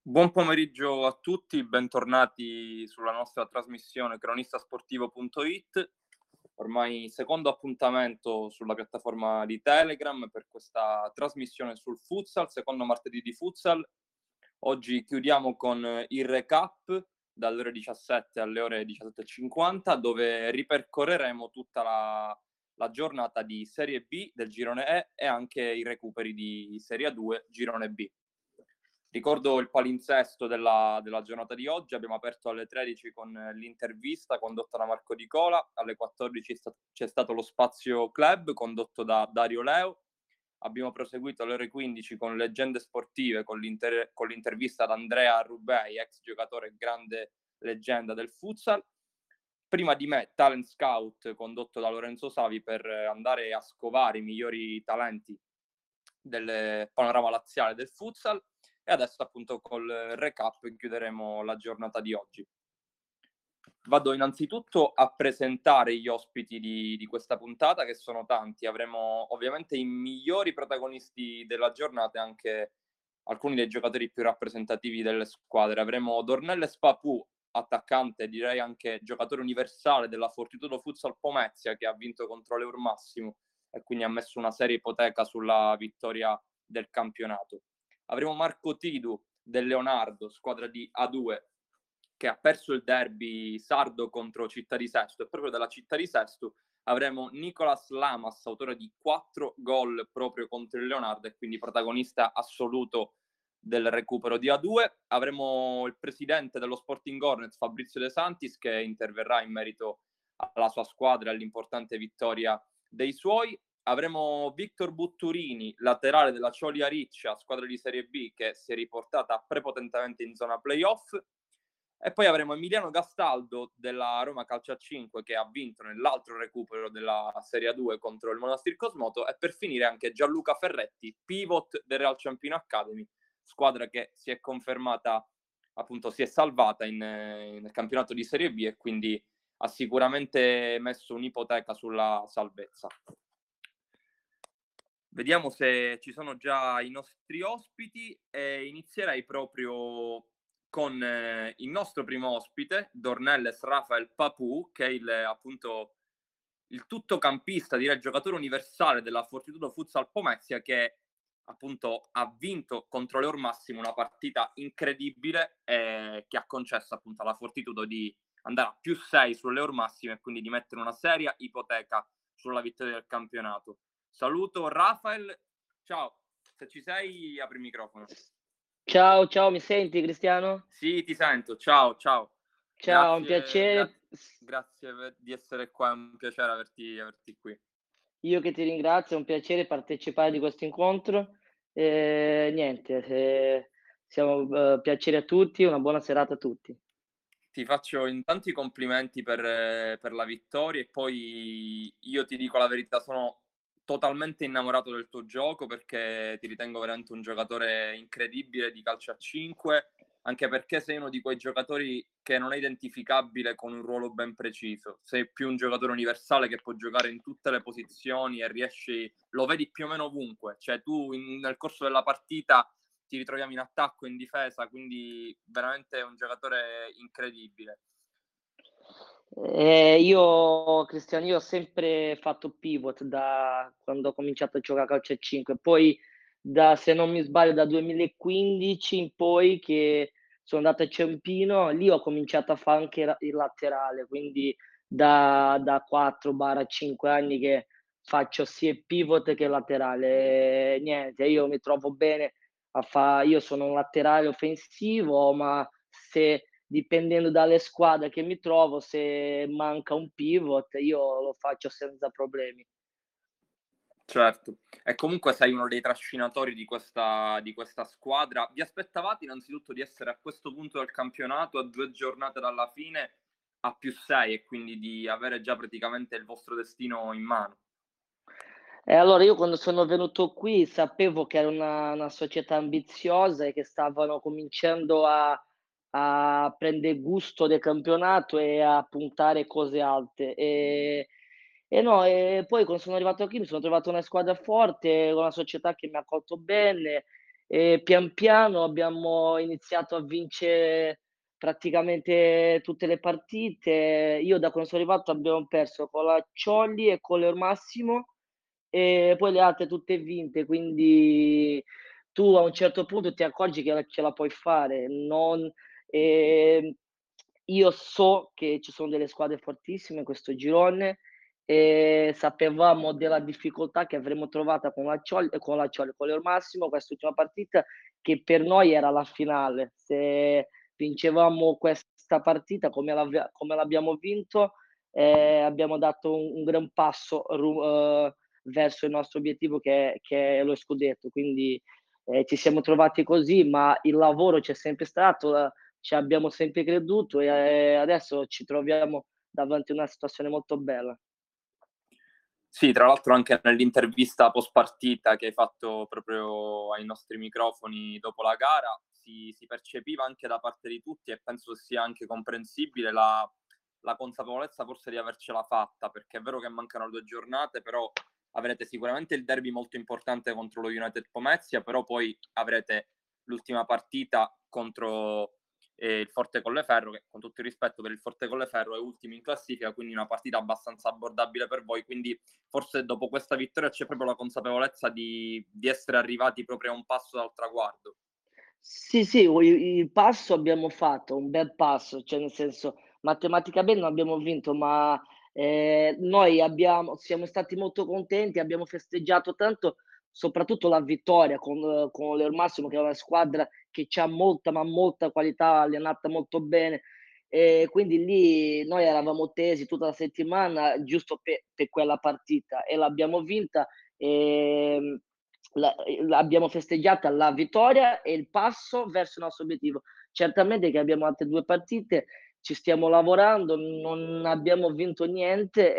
Buon pomeriggio a tutti, bentornati sulla nostra trasmissione cronistasportivo.it. Ormai secondo appuntamento sulla piattaforma di Telegram per questa trasmissione sul futsal, secondo martedì di futsal. Oggi chiudiamo con il recap dalle ore 17 alle ore 17:50, dove ripercorreremo tutta la giornata di Serie B del girone E e anche i recuperi di Serie A2 girone B. Ricordo il palinsesto della giornata di oggi. Abbiamo aperto alle 13 con l'intervista condotta da Marco Di Cola, alle 14 c'è stato lo Spazio Club condotto da Dario Leo, abbiamo proseguito alle ore 15 con Leggende Sportive con l'intervista ad Andrea Rubei, ex giocatore e grande leggenda del futsal. Prima di me Talent Scout condotto da Lorenzo Savi per andare a scovare i migliori talenti del panorama laziale del futsal. E adesso appunto col recap chiuderemo la giornata di oggi. Vado innanzitutto a presentare gli ospiti di questa puntata, che sono tanti. Avremo ovviamente i migliori protagonisti della giornata e anche alcuni dei giocatori più rappresentativi delle squadre. Avremo Dornelles Papù, attaccante, direi anche giocatore universale della Fortitudo Futsal Pomezia, che ha vinto contro l'Eur Massimo e quindi ha messo una seria ipoteca sulla vittoria del campionato. Avremo Marco Tidu del Leonardo, squadra di A2, che ha perso il derby sardo contro Città di Sesto, e proprio dalla Città di Sesto avremo Nicolas Lamas, autore di 4 gol proprio contro il Leonardo e quindi protagonista assoluto del recupero di A2. Avremo il presidente dello Sporting Hornets, Fabrizio De Santis, che interverrà in merito alla sua squadra e all'importante vittoria dei suoi. Avremo Victor Butturini, laterale della Ciolia Riccia, squadra di Serie B, che si è riportata prepotentemente in zona playoff. E poi avremo Emiliano Gastaldo della Roma Calcio a 5, che ha vinto nell'altro recupero della Serie A2 contro il Monastir Cosmoto. E per finire anche Gianluca Ferretti, pivot del Real Ciampino Academy, squadra che si è confermata, appunto si è salvata nel campionato di Serie B e quindi ha sicuramente messo un'ipoteca sulla salvezza. Vediamo se ci sono già i nostri ospiti e inizierei proprio con il nostro primo ospite, Dornelles Rafael Papù, che è appunto il tuttocampista, direi il giocatore universale della Fortitudo Futsal Pomezia, che appunto ha vinto contro l'Eur Massimo una partita incredibile che ha concesso appunto alla Fortitudo di andare a +6 sull'Eur Massimo e quindi di mettere una seria ipoteca sulla vittoria del campionato. Saluto Rafael, ciao, se ci sei apri il microfono. Ciao, ciao, mi senti Cristiano? Sì, ti sento, ciao, ciao. Ciao, un Grazie, piacere. grazie di essere qua, è un piacere averti qui. Io che ti ringrazio, è un piacere partecipare di questo incontro. Niente, siamo piacere a tutti, una buona serata a tutti. Ti faccio intanto i complimenti per la vittoria e poi io ti dico la verità, sono totalmente innamorato del tuo gioco perché ti ritengo veramente un giocatore incredibile di calcio a 5, anche perché sei uno di quei giocatori che non è identificabile con un ruolo ben preciso. Sei più un giocatore universale che può giocare in tutte le posizioni e riesci, lo vedi più o meno ovunque. Cioè tu nel corso della partita ti ritroviamo in attacco, in difesa, quindi veramente un giocatore incredibile. Cristiano, io ho sempre fatto pivot da quando ho cominciato a giocare a calcio a 5, poi se non mi sbaglio, da 2015 in poi che sono andato a Ciampino, lì ho cominciato a fare anche il laterale, quindi da 4/5 anni che faccio sia il pivot che il laterale. Niente, io mi trovo bene io sono un laterale offensivo, ma se dipendendo dalle squadre che mi trovo, se manca un pivot io lo faccio senza problemi. Certo. E comunque sei uno dei trascinatori di questa squadra. Vi aspettavate innanzitutto di essere a questo punto del campionato, a 2 giornate dalla fine, a +6 e quindi di avere già praticamente il vostro destino in mano? E allora io quando sono venuto qui sapevo che era una società ambiziosa e che stavano cominciando a prendere gusto del campionato e a puntare cose alte. E poi quando sono arrivato qui mi sono trovato una squadra forte, una società che mi ha accolto bene e pian piano abbiamo iniziato a vince praticamente tutte le partite. Io da quando sono arrivato abbiamo perso con la Ciolli e con l'Eurmassimo e poi le altre tutte vinte, quindi tu a un certo punto ti accorgi che ce la puoi fare. Non ehm, io so che ci sono delle squadre fortissime in questo girone e sapevamo della difficoltà che avremmo trovata con l'Eurmassimo quest'ultima partita, che per noi era la finale. Se vincevamo questa partita come l'abbiamo vinto, abbiamo dato un gran passo verso il nostro obiettivo che è lo scudetto. Quindi, ci siamo trovati così, ma il lavoro c'è sempre stato, ci abbiamo sempre creduto e adesso ci troviamo davanti a una situazione molto bella. Sì, tra l'altro anche nell'intervista post partita che hai fatto proprio ai nostri microfoni dopo la gara, si percepiva anche da parte di tutti e penso sia anche comprensibile la consapevolezza forse di avercela fatta, perché è vero che mancano 2 giornate, però avrete sicuramente il derby molto importante contro lo United Pomezia, però poi avrete l'ultima partita contro il Forte Colleferro, che con tutto il rispetto per il Forte Colleferro è ultimo in classifica, quindi una partita abbastanza abbordabile per voi, quindi forse dopo questa vittoria c'è proprio la consapevolezza di essere arrivati proprio a un passo dal traguardo. Sì, sì, u i il passo abbiamo fatto, un bel passo, cioè nel senso, matematicamente non abbiamo vinto, ma, noi siamo stati molto contenti, abbiamo festeggiato tanto, soprattutto la vittoria con l'Eurmassimo, che è una squadra che c'ha molta, ma molta qualità, allenata molto bene, quindi lì noi eravamo tesi tutta la settimana giusto per quella partita e l'abbiamo vinta, ehm l'abbiamo festeggiata la vittoria e il passo verso il nostro obiettivo. Certamente che abbiamo altre 2 partite, ci stiamo lavorando, non abbiamo vinto niente,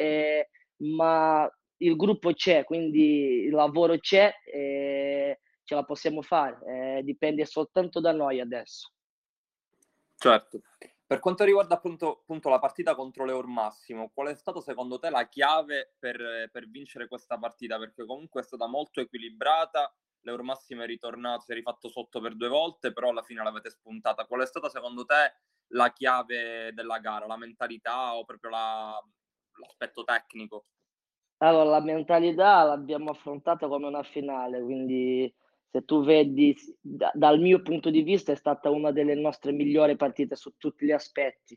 ma il gruppo c'è, quindi il lavoro c'è e ce la possiamo fare. Dipende soltanto da noi adesso. Certo. Per quanto riguarda appunto la partita contro l'Eurmassimo, qual è stato secondo te la chiave per vincere questa partita? Perché comunque è stata molto equilibrata, l'Eurmassimo è ritornato, si è rifatto sotto per 2 volte, però alla fine l'avete spuntata. Qual è stata secondo te la chiave della gara? La mentalità o proprio l'aspetto tecnico? Allora, la mentalità l'abbiamo affrontata come una finale, quindi se tu vedi dal mio punto di vista è stata una delle nostre migliori partite su tutti gli aspetti.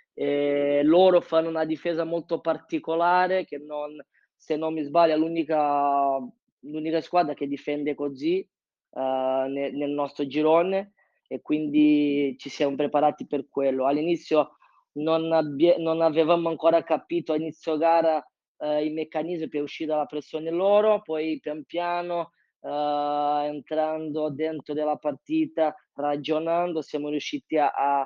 Loro fanno una difesa molto particolare che se non mi sbaglio è l'unica squadra che difende così, nel nostro girone e quindi ci siamo preparati per quello. All'inizio non avevamo ancora capito a inizio gara i meccanismi per uscire dalla pressione loro, poi pian piano, entrando dentro della partita, ragionando, siamo riusciti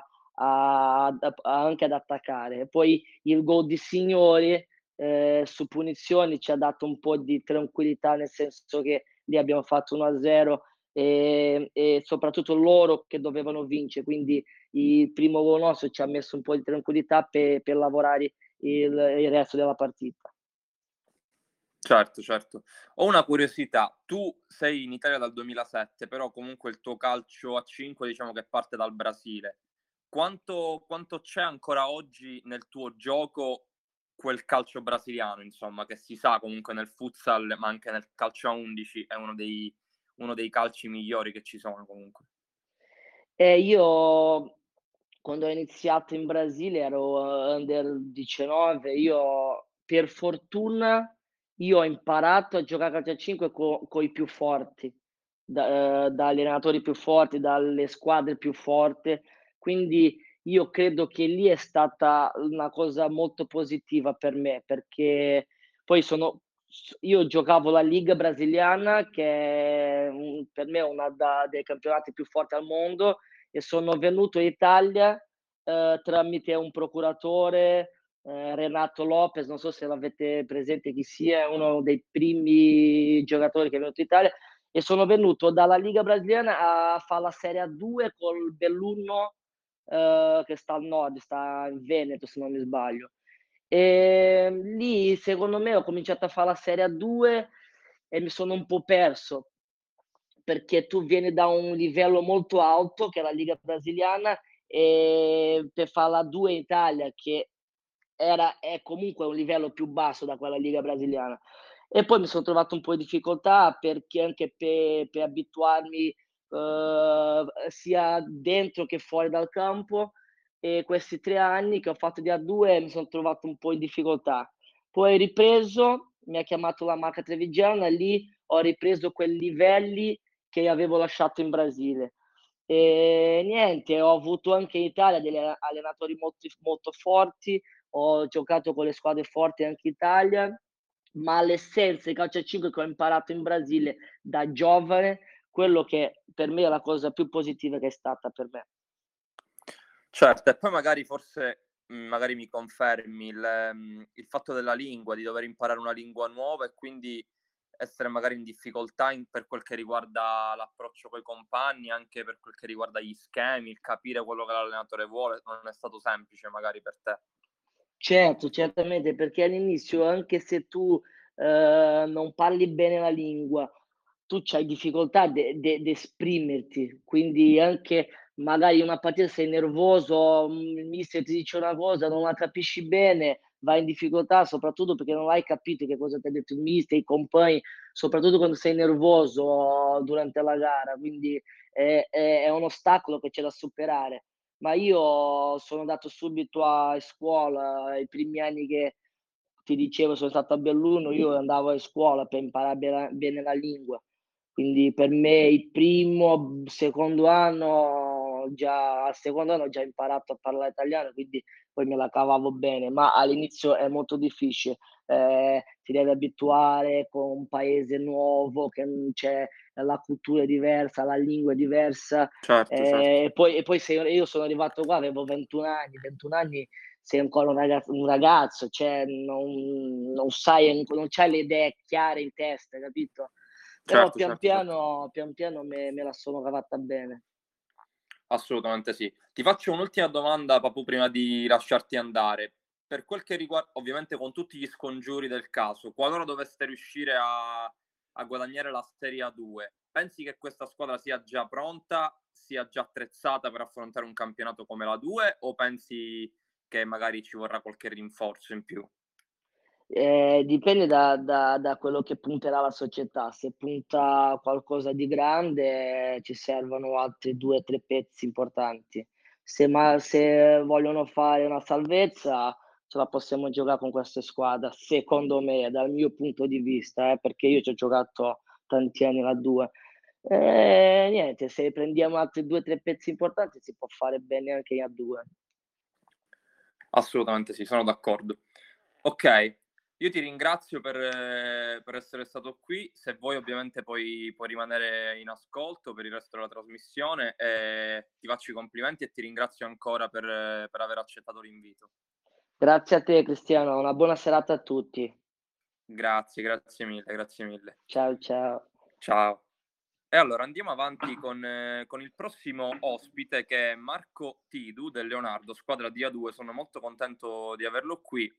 anche ad attaccare. E poi il gol di Signori, su punizioni ci ha dato un po' di tranquillità, nel senso che lì abbiamo fatto 1-0, e soprattutto loro che dovevano quindi il primo gol nostro ci ha messo un po' di tranquillità per lavorare il resto della partita. Certo, certo. Ho una curiosità: tu sei in Italia dal 2007, però comunque il tuo calcio a 5 diciamo che parte dal Brasile. Quanto c'è ancora oggi nel tuo gioco quel calcio brasiliano, insomma, che si sa comunque nel futsal, ma anche nel calcio a 11 è uno dei calci migliori che ci sono comunque. Io quando ho iniziato in Brasile ero under 19, io per fortuna io ho imparato a giocare a calcio a 5 coi più forti, dagli allenatori più forti, dalle squadre più forte, quindi io credo che lì è stata una cosa molto positiva per me, perché poi io giocavo la Liga brasiliana che è per me una dei campionati più forti al mondo e sono venuto in Italia, tramite un procuratore, Renato Lopez, non so se l'avete presente chi sia, è uno dei primi giocatori che è venuto in Italia, e sono venuto dalla Liga brasiliana a fa' la Serie A2 col Belluno, che sta al nord, sta in Veneto se non mi sbaglio. Lì secondo me ho cominciato a fa' la Serie A2 e mi sono un po' perso. perché tu vieni da un livello molto alto, che è la Liga brasiliana, per fa la 2 in Italia, che è comunque un livello più basso da quella Liga brasiliana. E poi mi son trovato un po' in difficoltà perché anche per abituarmi, sia dentro che fuori dal campo, e questi 3 anni che ho fatto di A2 mi son trovato un po' in difficoltà. Poi ripreso, mi ha chiamato la Marca Trevigiana, lì ho ripreso quei livelli che avevo lasciato in Brasile. Niente, ho avuto anche in Italia degli allenatori molto forti, ho giocato con le squadre forti anche in Italia, ma l'essenza di calcio a 5 che ho imparato in Brasile da giovane, quello che per me è la cosa più positiva che è stata per me. Certo, e poi magari forse, magari mi confermi il fatto della lingua, di dover imparare una lingua nuova e quindi essere magari in difficoltà per quel che riguarda l'approccio coi compagni, anche per quel che riguarda gli schemi, il capire quello che l'allenatore vuole, non è stato semplice magari per te. Certo, certamente, perché all'inizio anche se tu, non parli bene la lingua, tu c'hai difficoltà de esprimerti, quindi anche magari una partita sei nervoso, il mister ti dice una cosa, non la capisci bene, vai in difficoltà, soprattutto perché non hai capito che cosa t'ha detto il mister, i compagni, soprattutto quando sei nervoso durante la gara, quindi è un ostacolo che c'è da superare. Ma io sono andato subito a scuola, i primi anni che ti dicevo sono stato a Belluno, io andavo a scuola per imparare bene la lingua. Quindi per me il primo, secondo anno già al secondo anno ho già imparato a parlare italiano, quindi poi me la cavavo bene, ma all'inizio è molto difficile. Ti devi abituare con un paese nuovo che non c'è, la cultura è diversa, la lingua è diversa. Certo, certo. E poi se io sono arrivato qua avevo 21 anni sei ancora un ragazzo, cioè non sai non c'hai le idee chiare in testa, capito? Però Certo, certo, certo. pian piano me la sono cavata bene. Assolutamente sì. Ti faccio un'ultima domanda, Papu, prima di lasciarti andare. Per quel che ovviamente con tutti gli scongiuri del caso, qualora doveste riuscire a guadagnare la Serie A2, pensi che questa squadra sia già pronta, sia già attrezzata per affrontare un campionato come la 2 o pensi che magari ci vorrà qualche rinforzo in più? Dipende da quello che punterà la società. Se punta a qualcosa di grande, ci servono altri 2, 3 pezzi importanti. Se vogliono fare una salvezza, ce la possiamo giocare con queste squadre, secondo me, dal mio punto di vista, perché io ci ho giocato tanti anni la 2. Niente, se prendiamo altri 2, 3 pezzi importanti si può fare bene anche in A2. Assolutamente sì, sono d'accordo. Okay, io ti ringrazio per essere stato qui. Se vuoi ovviamente puoi rimanere in ascolto per il resto della trasmissione e ti faccio i complimenti e ti ringrazio ancora per aver accettato l'invito. Grazie a te Cristiano, una buona serata a tutti. Grazie, grazie mille, grazie mille. Ciao, ciao. Ciao. E allora andiamo avanti con il prossimo ospite che è Marco Tidu del Leonardo, squadra di A2. Sono molto contento di averlo qui.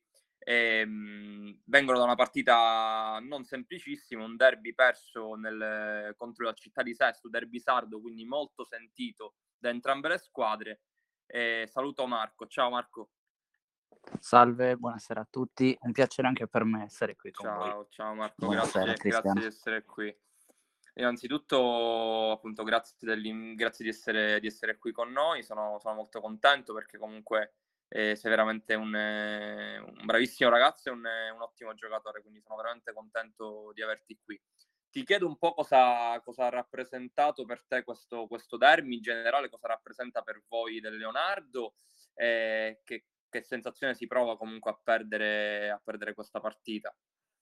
Vengono da una partita non semplicissima, un derby perso contro la città di Sesto, derby sardo, quindi molto sentito da entrambe le squadre. Saluto Marco. Ciao Marco. Salve, buonasera a tutti. Un piacere anche per me essere qui con voi. Ciao, ciao Marco, Buonasera grazie Cristiano. di essere qui. Innanzitutto, appunto, grazie di essere qui con noi. Sono molto contento perché comunque sei veramente un bravissimo ragazzo e un ottimo giocatore, quindi sono veramente contento di averti qui. Ti chiedo un po' cosa ha rappresentato per te questo derby, in generale cosa rappresenta per voi del Leonardo e che sensazione si prova comunque a perdere questa partita.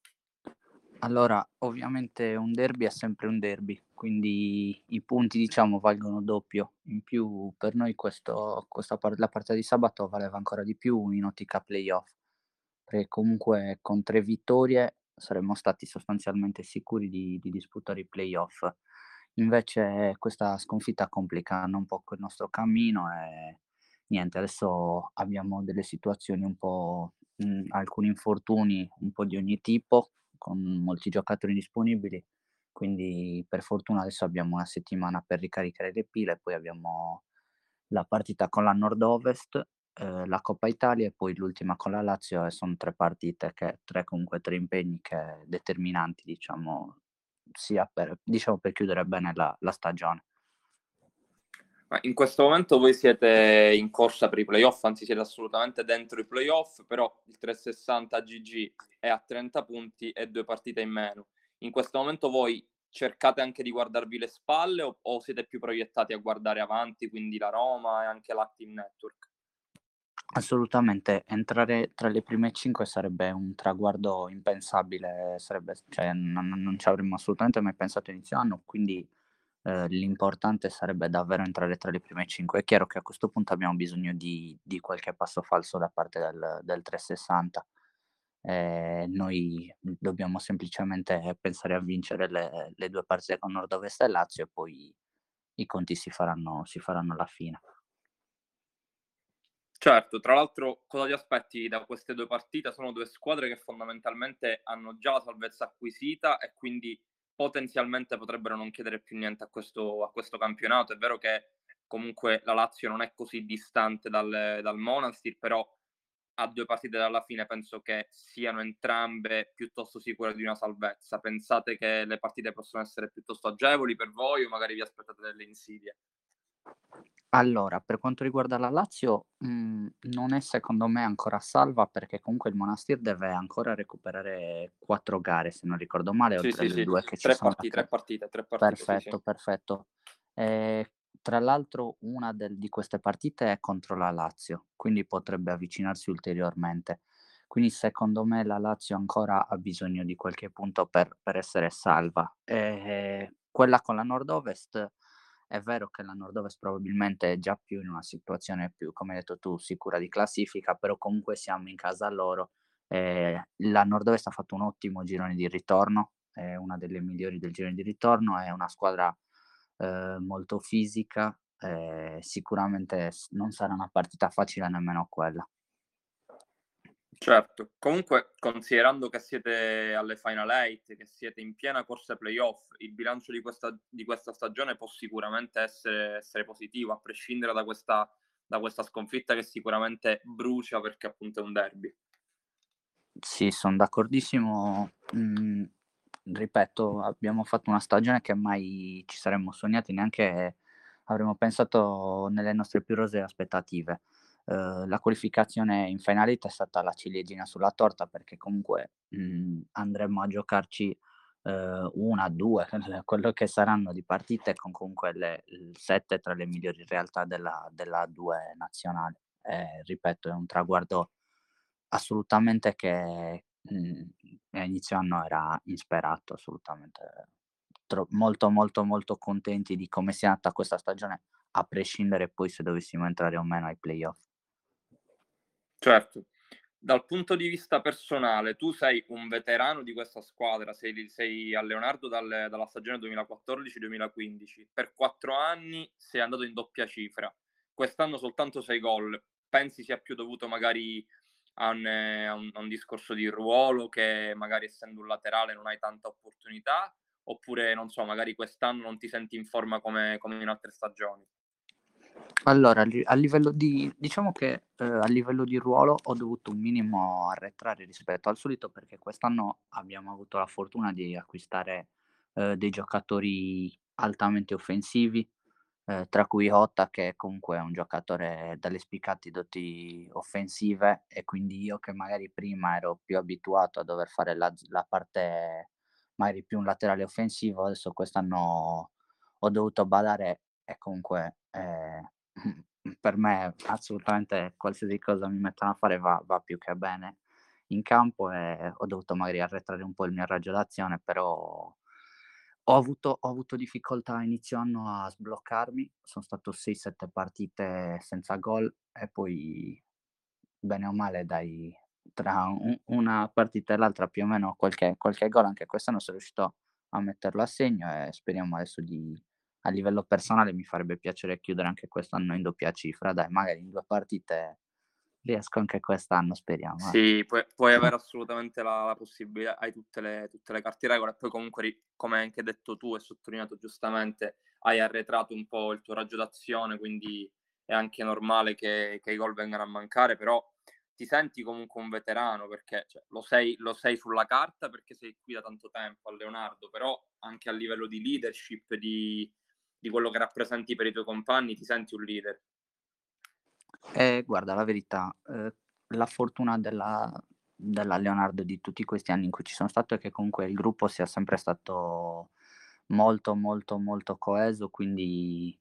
Allora, ovviamente un derby è sempre un derby, quindi i punti diciamo valgono doppio. In più per noi la partita di sabato valeva ancora di più in ottica playoff, perché comunque con 3 vittorie saremmo stati sostanzialmente sicuri di disputare i playoff. Invece questa sconfitta complica un po' il nostro cammino e niente, adesso abbiamo delle situazioni un po', alcuni infortuni un po' di ogni tipo, con molti giocatori disponibili, quindi per fortuna adesso abbiamo una settimana per ricaricare le pile, poi abbiamo la partita con la Nord-Ovest, la Coppa Italia e poi l'ultima con la Lazio, e son 3 partite che 3 comunque 3 impegni che determinanti, diciamo, sia per chiudere bene la stagione. Ma in questo momento voi siete in corsa per i playoff, anzi siete assolutamente dentro i playoff, però il 360 GG è a 30 punti e 2 partite in meno. In questo momento voi cercate anche di guardarvi le spalle o siete più proiettati a guardare avanti, quindi la Roma e anche l'Active Network? Assolutamente, entrare tra le prime 5 sarebbe un traguardo impensabile, cioè non ci avremmo assolutamente mai pensato a inizio anno, quindi, l'importante sarebbe davvero entrare tra le prime 5. È chiaro che a questo punto abbiamo bisogno di qualche passo falso da parte del 360. Noi dobbiamo semplicemente pensare a vincere le 2 partite con Nordovest e Lazio, e poi i conti si faranno alla fine. Certo, tra l'altro cosa ti aspetti da queste 2 partite? Sono 2 squadre che fondamentalmente hanno già la salvezza acquisita e quindi potenzialmente potrebbero non chiedere più niente a questo campionato. È vero che comunque la Lazio non è così distante dal Monastir, però a 2 partite dalla fine penso che siano entrambe piuttosto sicure di una salvezza. Pensate che le partite possono essere piuttosto agevoli per voi o magari vi aspettate delle insidie? Allora, per quanto riguarda la Lazio, non è secondo me ancora salva, perché comunque il Monastir deve ancora recuperare 4 gare, se non ricordo male, Sì, oltre sì, alle sì. 2 che ci 3 sono parti perché 3 partite, 3 partite, sì, sì. perfetto, perfetto. Ehm, Tra l'altro una di queste partite è contro la Lazio, quindi potrebbe avvicinarsi ulteriormente. Quindi secondo me la Lazio ancora ha bisogno di qualche punto per essere salva. Quella con la Nord-Ovest, è vero che la Nord-Ovest probabilmente è già più in una situazione più, come hai detto tu, sicura di classifica, però comunque siamo in casa loro. La Nord-Ovest ha fatto un ottimo girone di ritorno, è una delle migliori del girone di ritorno, è una squadra molto fisica, sicuramente non sarà una partita facile nemmeno quella. Certo. Comunque, considerando che siete alle Final 8, che siete in piena corsa ai playoff, il bilancio di questa stagione può sicuramente essere positivo, a prescindere da questa sconfitta che sicuramente brucia perché appunto è un derby. Sì, son d'accordissimo. Ripeto, abbiamo fatto una stagione che mai ci saremmo sognati, neanche avremmo pensato nelle nostre più rosee aspettative. La qualificazione in Final 8 è stata la ciliegina sulla torta, perché comunque, andremmo a giocarci, 1, 2, quello che saranno di partite con comunque il 7 tra le migliori realtà della A2 nazionale. Ripeto, è un traguardo assolutamente che, a inizio anno era insperato, assolutamente. Molto, molto, molto contenti di come sia andata questa stagione, a prescindere poi se dovessimo entrare o meno ai playoff. Certo. Dal punto di vista personale, tu sei un veterano di questa squadra, sei a Leonardo dalla stagione 2014-2015. Per 4 anni sei andato in doppia cifra. Quest'anno soltanto 6 gol. Pensi sia più dovuto magari a un discorso di ruolo, che magari essendo un laterale non hai tanta opportunità, oppure non so, magari quest'anno non ti senti in forma come in altre stagioni? Allora, a livello di diciamo che, a livello di ruolo ho dovuto un minimo arretrare rispetto al solito, perché quest'anno abbiamo avuto la fortuna di acquistare, dei giocatori altamente offensivi, tra cui Hotta, che comunque è un giocatore dalle spiccate doti offensive, e quindi io, che magari prima ero più abituato a dover fare la parte magari più un laterale offensivo, adesso quest'anno ho dovuto badare, e comunque, per me assolutamente qualsiasi cosa mi mettano a fare va più che bene in campo, e ho dovuto magari arretrare un po' il mio raggio d'azione, però ho avuto difficoltà a inizio anno a sbloccarmi, son stato 6, 7 partite senza gol, e poi bene o male dai, tra una partita e l'altra più o meno qualche gol anche quest'anno son riuscito a metterlo a segno, e speriamo adesso a livello personale mi farebbe piacere chiudere anche quest'anno in doppia cifra, dai, magari in 2 partite riesco anche quest'anno, speriamo. Sì, puoi avere assolutamente la possibilità, hai tutte le carte in regola e poi comunque come hai anche detto tu e sottolineato giustamente, hai arretrato un po' il tuo raggio d'azione, quindi è anche normale che i gol vengano a mancare, però ti senti comunque un veterano perché cioè, lo sei sulla carta perché sei qui da tanto tempo a Leonardo, però anche a livello di leadership, di quello che rappresenti per i tuoi compagni, ti senti un leader. Guarda, la verità, la fortuna della Leonardo di tutti questi anni in cui ci sono stato è che comunque il gruppo sia sempre stato molto, molto, molto coeso, quindi,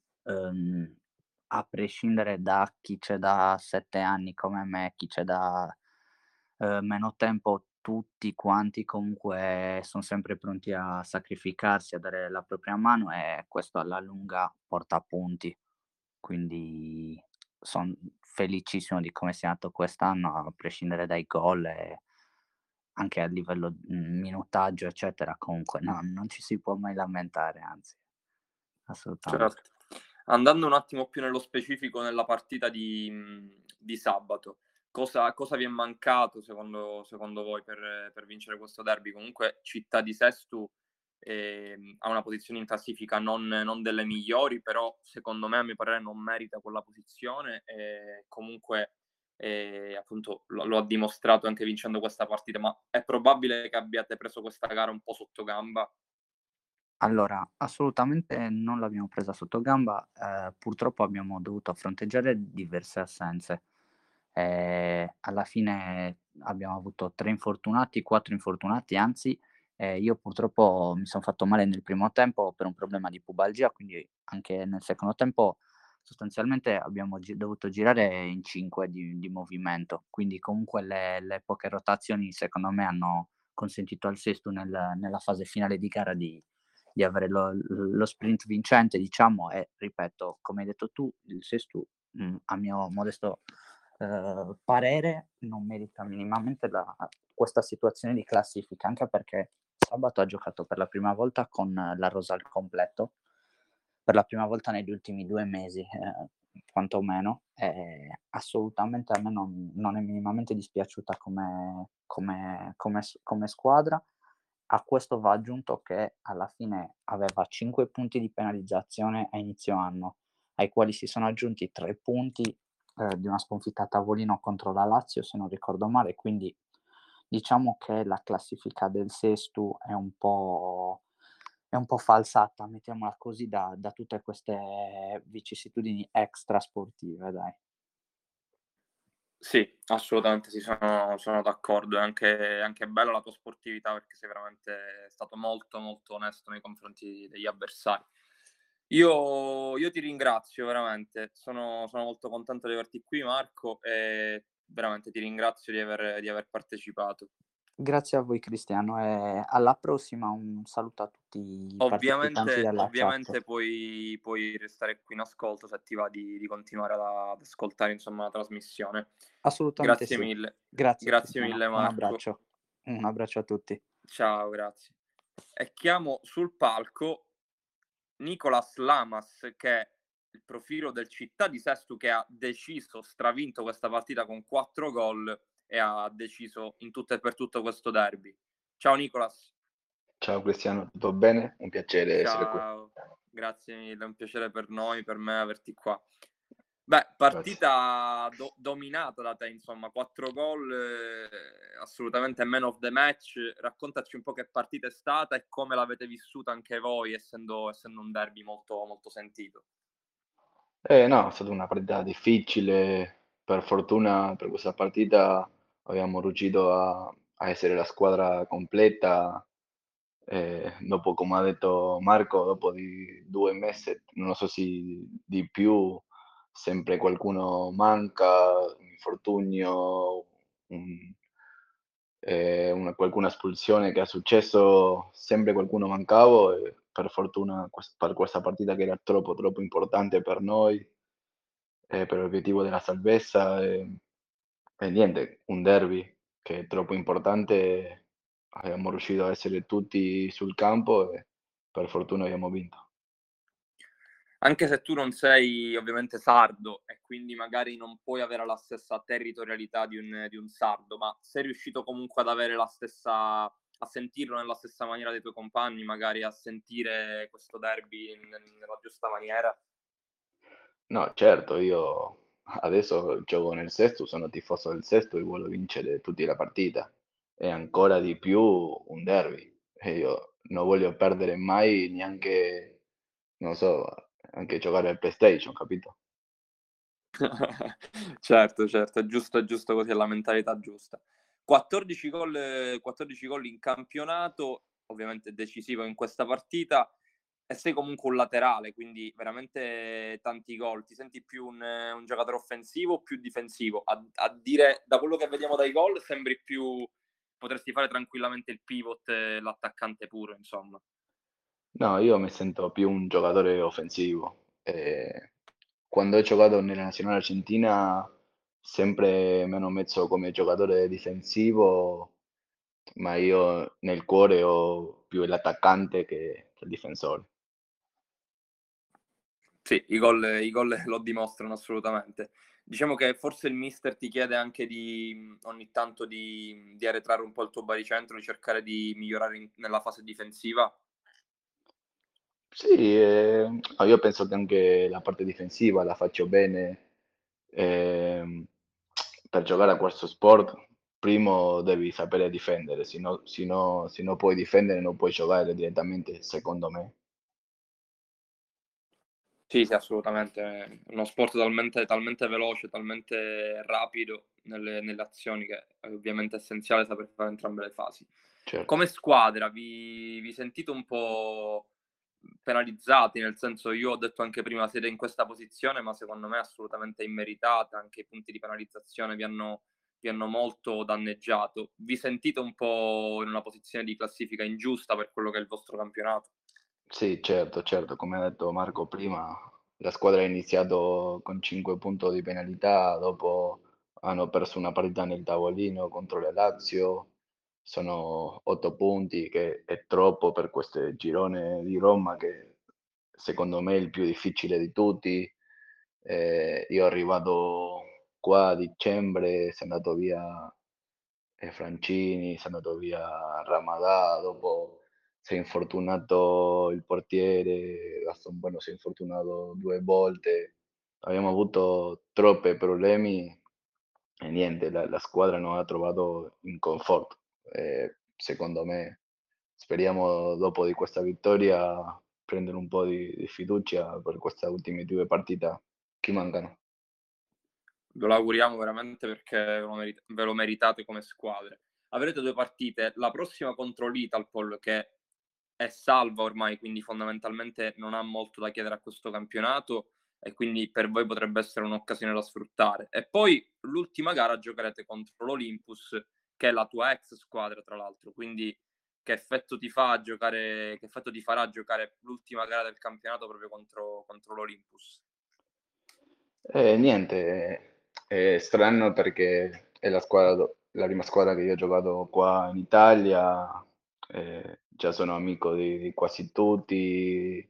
a prescindere da chi c'è da 7 anni come me, chi c'è da, meno tempo, tutti quanti comunque son sempre pronti a sacrificarsi, a dare la propria mano e questo alla lunga porta a punti. Quindi son felicissimo di come sia andato quest'anno, a prescindere dai gol e anche a livello, minutaggio eccetera, comunque non ci si può mai lamentare, anzi, assolutamente. Certo. Andando un attimo più nello specifico nella partita di sabato, cosa vi è mancato secondo voi per vincere questo derby? Comunque Città di Sestu, ha una posizione in classifica non delle migliori, però secondo me, a mio parere, non merita quella posizione e comunque, appunto lo ha dimostrato anche vincendo questa partita. Ma è probabile che abbiate preso questa gara un po' sottogamba? Allora, assolutamente non l'abbiamo presa sottogamba, purtroppo abbiamo dovuto fronteggiare diverse assenze. Alla fine abbiamo avuto 3 infortunati, 4 infortunati anzi, io purtroppo mi son fatto male nel primo tempo per un problema di pubalgia, quindi anche nel secondo tempo sostanzialmente abbiamo dovuto girare in 5 di movimento, quindi comunque le poche rotazioni secondo me hanno consentito al Sestu nella fase finale di gara di avere lo sprint vincente diciamo e ripeto, come hai detto tu, il Sestu, a mio modesto, parere non merita minimamente questa situazione di classifica, anche perché sabato ha giocato per la prima volta con la rosa al completo, per la prima volta negli ultimi 2 mesi, quantomeno, assolutamente a me non è minimamente dispiaciuta come squadra. A questo va aggiunto che alla fine aveva 5 punti di penalizzazione a inizio anno, ai quali si sono aggiunti 3 punti, di una sconfitta a tavolino contro la Lazio, se non ricordo male, quindi diciamo che la classifica del Sestu è un po' falsata, mettiamola così, da tutte queste vicissitudini extrasportive, dai. Sì, assolutamente sì, sono d'accordo. È anche bella la tua sportività perché sei veramente stato molto, molto onesto nei confronti degli avversari. Io ti ringrazio veramente, sono molto contento di averti qui Marco e veramente ti ringrazio di aver partecipato. Grazie a voi Cristiano e alla prossima. Un saluto a tutti i partecipanti Ovviamente della chat. ovviamente puoi restare qui in ascolto se ti va di continuare ad ascoltare insomma la trasmissione. Assolutamente Grazie sì. mille. Grazie Grazie Cristiano, mille un Marco. abbraccio. Un abbraccio a tutti. Ciao, grazie. E chiamo sul palco Nicolas Lamas, che è il profilo del Città di Sestu che ha deciso, stravinto questa partita con 4 gol e ha deciso in tutto e per tutto questo derby. Ciao Nicolas. Ciao Cristiano, tutto bene? Un piacere essere qui. Ciao, grazie mille, è un piacere per noi, per me averti qua. Beh, Grazie. partita dominata da te, insomma, 4 gol, assolutamente man of the match. Raccontaci un po' che partita è stata e come l'avete vissuta anche voi, essendo un derby molto, molto sentito. No, è stata una partita difficile. Per fortuna per questa partita abbiamo riuscito a essere la squadra completa. Dopo, come ha detto Marco, dopo di 2 mesi, non so se di più, sempre qualcuno manca, un infortunio, un qualcuna espulsione che è successo, sempre qualcuno mancava e per fortuna per questa partita che era troppo, troppo importante per noi, per l'obiettivo della salvezza, e niente, un derby che è troppo importante, abbiamo riuscito a essere tutti sul campo e per fortuna abbiamo vinto. Anche se tu non sei ovviamente sardo e quindi magari non puoi avere la stessa territorialità di un sardo, ma sei riuscito comunque ad avere la stessa, a sentirlo nella stessa maniera dei tuoi compagni, magari a sentire questo derby nella giusta maniera? No, certo, io adesso gioco nel Sesto, sono tifoso del Sesto e voglio vincere tutti la partita. E ancora di più un derby. E io non voglio perdere mai neanche, non so, anche giocare al PlayStation, capito? Certo, certo, è giusto così, è la mentalità giusta. 14 gol in campionato, ovviamente decisivo in questa partita, e sei comunque un laterale, quindi veramente tanti gol. Ti senti più un giocatore offensivo o più difensivo? A dire, da quello che vediamo dai gol, sembri più, potresti fare tranquillamente il pivot, l'attaccante puro, insomma. No, io mi sento più un giocatore offensivo. Quando ho giocato nella nazionale argentina sempre mi hanno messo come giocatore difensivo, ma io nel cuore ho più l'attaccante che il difensore. Sì, i gol lo dimostrano assolutamente. Diciamo che forse il mister ti chiede anche di ogni tanto di arretrare un po' il tuo baricentro, di cercare di migliorare nella fase difensiva. Sì, no, io penso che anche la parte difensiva la faccio bene. ehm, per giocare a questo sport, primo devi sapere difendere, se no puoi difendere non puoi giocare direttamente, secondo me. Sì, sì, assolutamente. È uno sport talmente veloce, talmente rapido nelle azioni che è ovviamente essenziale saper fare entrambe le fasi. Certo. Come squadra vi sentite un po' penalizzati? Nel senso, io ho detto anche prima siete in questa posizione, ma secondo me è assolutamente immeritata. Anche i punti di penalizzazione vi hanno molto danneggiato. Vi sentite un po' in una posizione di classifica ingiusta per quello che è il vostro campionato? Sì, certo, certo, come ha detto Marco prima, la squadra ha iniziato con 5 punti di penalità, dopo hanno perso una partita nel tavolino contro la Lazio, sono 8 punti, che è troppo per questo girone di Roma, che secondo me è il più difficile di tutti. Io arrivato qua a dicembre, si è andato via Francini, si è andato via Ramadà, dopo si è infortunato il portiere, Gaston Bueno si è infortunato 2 volte, abbiamo avuto troppi problemi e niente, la squadra non ha trovato in conforto. Secondo me, speriamo dopo di questa vittoria prendere un po' di fiducia per queste ultime 2 partite che mancano. Ve lo auguriamo veramente perché ve lo meritate come squadre. Avrete 2 partite, la prossima contro l'Italpol che è salva ormai, quindi fondamentalmente non ha molto da chiedere a questo campionato e quindi per voi potrebbe essere un'occasione da sfruttare. E poi l'ultima gara giocherete contro l'Olympus, che è la tua ex squadra tra l'altro, quindi che effetto ti fa giocare, che effetto ti farà giocare l'ultima gara del campionato proprio contro l'Olympus? Niente, è strano perché è la prima squadra che io ho giocato qua in Italia, già sono amico di quasi tutti,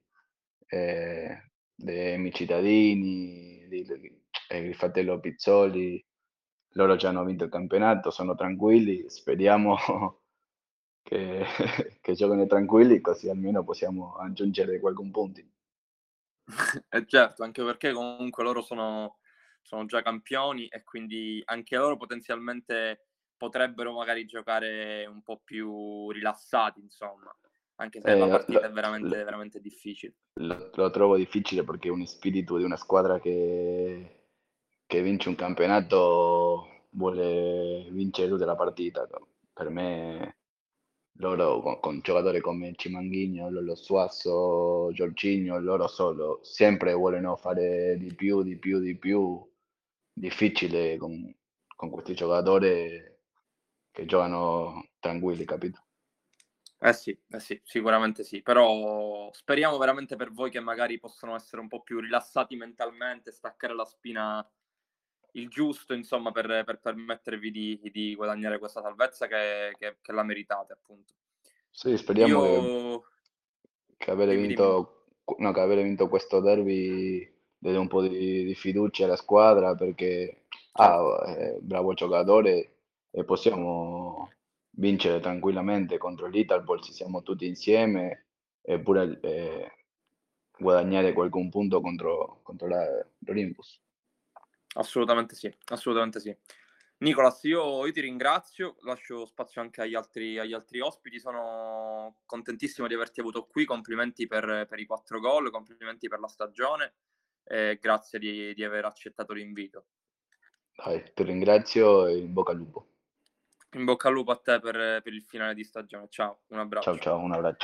dei miei cittadini, il fratello Pizzoli, loro già hanno vinto il campionato, sono tranquilli, speriamo che, che giocano tranquilli così almeno possiamo aggiungere qualche punti. Certo, anche perché comunque loro sono già campioni e quindi anche loro potenzialmente potrebbero magari giocare un po' più rilassati, insomma, anche se la Eh, partita è lo- veramente difficile. lo trovo difficile perché è un spirito di una squadra che vince un campionato vuole vincere tutta la partita. Per me, loro con giocatori come Cimanghigno, Lolo Suazo, Jorginho, loro solo sempre vogliono fare di più, di più, di più. Difficile con questi giocatori che giocano tranquilli, capito? Eh sì, sicuramente sì, però speriamo veramente per voi che magari possano essere un po' più rilassati mentalmente, staccare la spina il giusto, insomma, per permettervi di guadagnare questa salvezza che la meritate, appunto. Sì, speriamo Io che avere dimmi, dimmi. vinto no, che aver vinto questo derby dà un po' di fiducia alla squadra perché bravo giocatore e possiamo vincere tranquillamente contro l'Italpol se siamo tutti insieme eppure guadagnare qualche punto contro l'Olympus. Assolutamente sì, assolutamente sì. Nicolas, io ti ringrazio, lascio spazio anche agli altri ospiti, sono contentissimo di averti avuto qui, complimenti per i 4 gol, complimenti per la stagione e grazie di aver accettato l'invito. Dai, ti ringrazio e in bocca al lupo. In bocca al lupo a te per il finale di stagione, ciao, un abbraccio. Ciao, un abbraccio.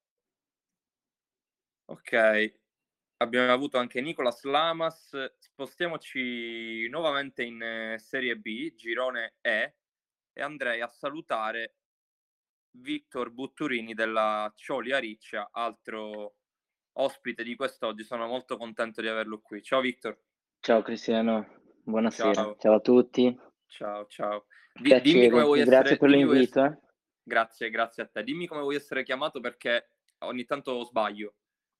Ok, abbiamo avuto anche Nicolas Lamas, spostiamoci nuovamente in Serie B, girone E, e andrei a salutare Victor Butturini della Cioli Riccia, altro ospite di quest'oggi. Sono molto contento di averlo qui. Ciao Victor. Ciao Cristiano, buonasera. Ciao. Ciao a tutti. Ciao. Dimmi come Piacere, vuoi grazie essere. per l'invito. Grazie a te. Dimmi come vuoi essere chiamato perché ogni tanto sbaglio.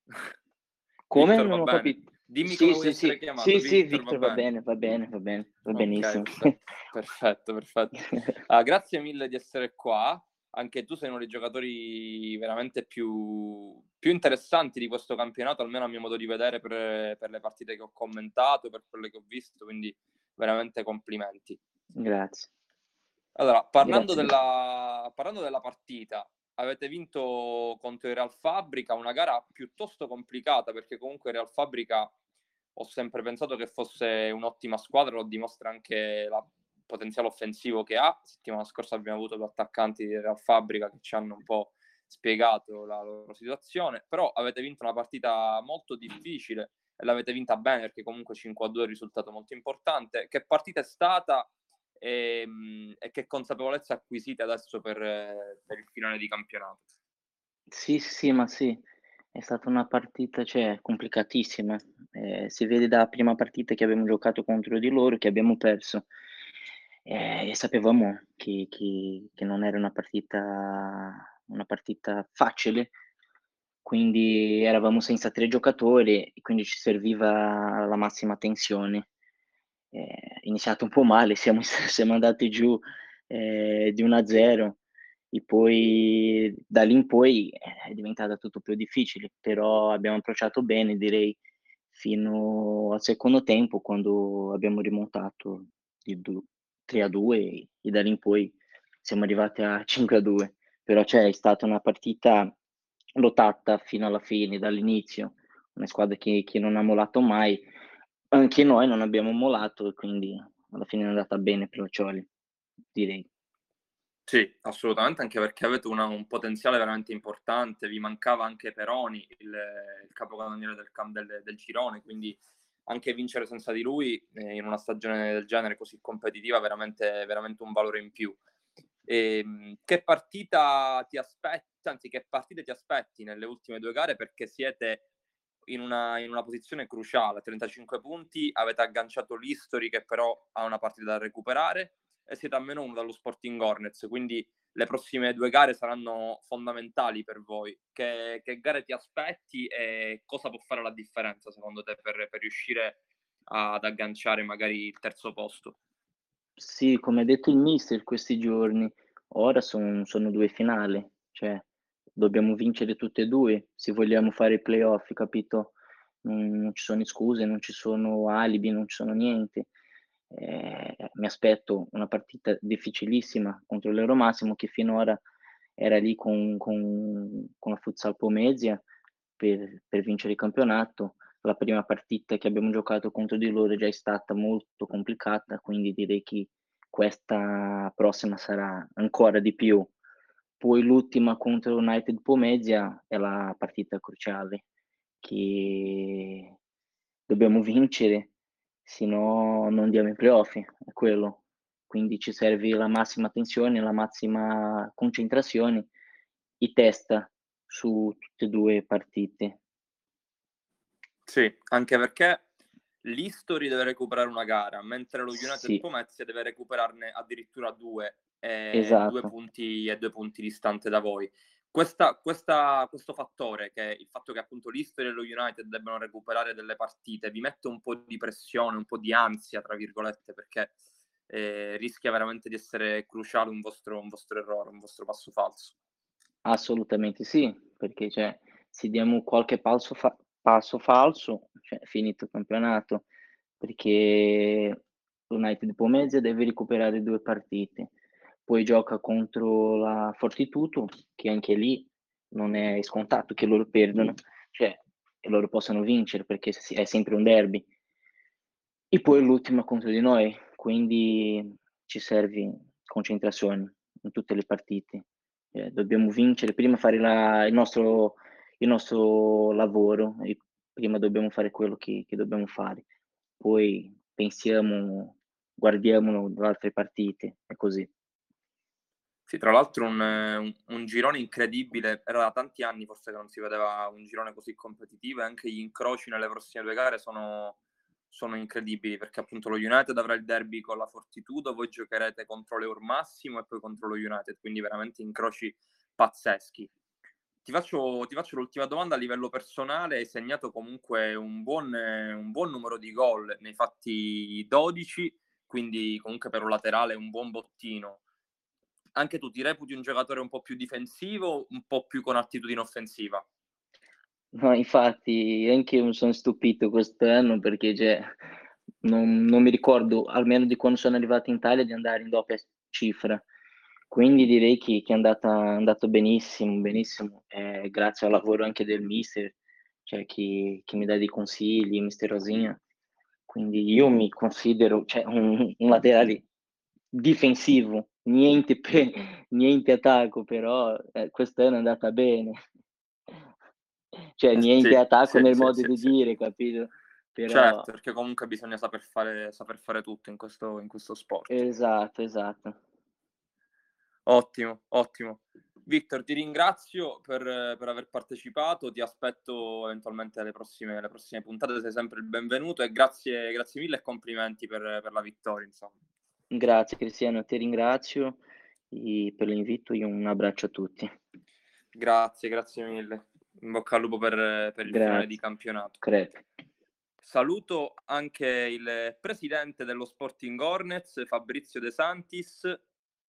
Come? Victor, Non va ho bene. capito. Dimmi come Sì, vuoi sì, essere sì. chiamato. Sì, Victor, va Victor, va bene. bene, va benissimo. Ok, perfetto. Grazie mille di essere qua. Anche tu sei uno dei giocatori veramente più interessanti di questo campionato, almeno a mio modo di vedere per le partite che ho commentato, per quelle che ho visto, quindi veramente complimenti. Grazie. Allora, parlando Grazie. della partita, avete vinto contro il Real Fabrica, una gara piuttosto complicata perché comunque il Real Fabrica ho sempre pensato che fosse un'ottima squadra, lo dimostra anche il potenziale offensivo che ha. Settimana scorsa abbiamo avuto due attaccanti del Real Fabrica che ci hanno un po' spiegato la loro situazione, però avete vinto una partita molto difficile e l'avete vinta bene perché comunque 5-2 è un risultato molto importante. Che partita è stata? E che consapevolezza acquisite adesso per il finale di campionato? Sì, ma sì, è stata una partita, cioè, complicatissima. Si vede dalla prima partita che abbiamo giocato contro di loro che abbiamo perso. E sapevamo che non era una partita facile, quindi eravamo senza 3 giocatori e quindi ci serviva la massima tensione. È iniziato un po' male, siamo andati giù, di 1-0 e poi da lì in poi è diventata tutto più difficile, però abbiamo approcciato bene direi fino al secondo tempo quando abbiamo rimontato di 3-2 e da lì in poi siamo arrivati a 5-2. Però cioè è stata una partita lottata fino alla fine, dall'inizio, una squadra che non ha mollato mai. Anche noi non abbiamo mollato e quindi alla fine è andata bene per Cioli, direi. Sì, assolutamente, anche perché avete un potenziale veramente importante, vi mancava anche Peroni, il capocannoniere del girone, quindi anche vincere senza di lui in una stagione del genere così competitiva veramente un valore in più. Che partita ti aspetti, anzi che partite ti aspetti nelle ultime 2 gare, perché siete in una posizione cruciale, 35 punti, avete agganciato l'History che però ha una partita da recuperare e siete a -1 dallo Sporting Hornets, quindi le prossime 2 gare saranno fondamentali per voi. Che gare ti aspetti e cosa può fare la differenza secondo te per riuscire ad agganciare magari il terzo posto? Sì, come ha detto il mister questi giorni, ora sono 2 finali, cioè dobbiamo vincere tutte e 2 se vogliamo fare i playoff, capito? Non ci sono scuse, non ci sono alibi, non ci sono niente. Mi aspetto una partita difficilissima contro l'Euromassimo che finora era lì con la Futsal Pomezia per vincere il campionato. La prima partita che abbiamo giocato contro di loro già è stata molto complicata, quindi direi che questa prossima sarà ancora di più. Poi l'ultima contro United Pomezia è la partita cruciale che dobbiamo vincere, se no non andiamo in playoff, è quello. Quindi ci serve la massima tensione, la massima concentrazione e testa su tutte e 2 partite. Sì, anche perché l'History deve recuperare una gara, mentre lo United Sì, Pomezia deve recuperarne addirittura 2, 2 esatto. punti e 2 punti distante da voi. questo fattore, che il fatto che appunto l'History e lo United debbano recuperare delle partite, vi mette un po' di pressione, un po' di ansia, tra virgolette, perché rischia veramente di essere cruciale un vostro errore, un vostro passo falso. Assolutamente sì, perché se diamo qualche passo falso, è finito il campionato, perché l'United Pomezia deve recuperare 2 partite, poi gioca contro la Fortitudo, che anche lì non è scontato che loro perdano, e loro possano vincere perché è sempre un derby. E poi l'ultima contro di noi, quindi ci serve concentrazione in tutte le partite. Dobbiamo vincere, prima fare il nostro lavoro, e prima dobbiamo fare quello che dobbiamo fare. Poi guardiamo le altre partite, è così. Sì, tra l'altro un girone incredibile, era da tanti anni forse che non si vedeva un girone così competitivo, e anche gli incroci nelle prossime 2 gare sono incredibili, perché appunto lo United avrà il derby con la Fortitudo, voi giocherete contro l'Eur Massimo e poi contro lo United, quindi veramente incroci pazzeschi. Ti faccio l'ultima domanda a livello personale. Hai segnato comunque un buon numero di gol, ne hai fatti 12, quindi comunque per un laterale un buon bottino. Anche tu ti reputi un giocatore un po' più difensivo, un po' più con attitudine offensiva? No, infatti anche io mi sono stupito quest'anno perché non mi ricordo, almeno di quando sono arrivato in Italia, di andare in doppia cifra. Quindi direi che è andato benissimo, benissimo, grazie al lavoro anche del mister, che mi dà dei consigli, mister Rosinha. Quindi io mi considero un laterale difensivo, niente attacco, però quest'anno è andata bene. Niente attacco nel modo di dire, capito? Però Certo, perché comunque bisogna saper fare tutto in questo sport. esatto. Ottimo, ottimo. Victor, ti ringrazio per aver partecipato, ti aspetto eventualmente alle prossime puntate, sei sempre il benvenuto, e grazie mille e complimenti per la vittoria, insomma. Grazie Cristiano, ti ringrazio per l'invito e un abbraccio a tutti. Grazie mille. In bocca al lupo per il finale di campionato. Crepi. Saluto anche il presidente dello Sporting Hornets, Fabrizio De Santis.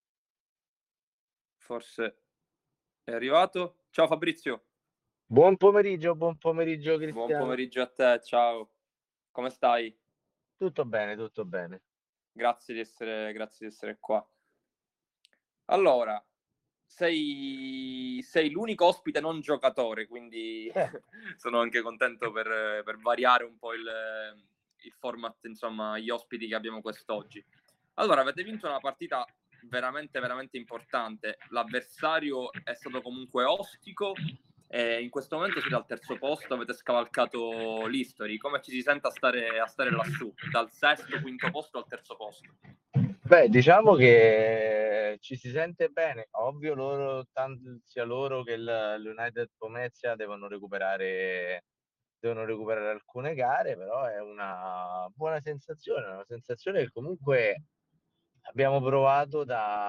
Forse è arrivato. Ciao Fabrizio. Buon pomeriggio Cristiano. Buon pomeriggio a te, ciao. Come stai? Tutto bene, tutto bene. Grazie di essere qua. Allora, sei l'unico ospite non giocatore, quindi sono anche contento per variare un po' il format, insomma, gli ospiti che abbiamo quest'oggi. Allora, avete vinto una partita veramente, veramente importante. L'avversario è stato comunque ostico e in questo momento siete al terzo posto, avete scavalcato l'History. Come ci si sente a stare lassù, dal sesto, quinto posto al terzo posto? Beh, diciamo che ci si sente bene. Ovvio, sia loro che l'United Pomezia devono recuperare alcune gare, però è una buona sensazione, una sensazione che comunque abbiamo provato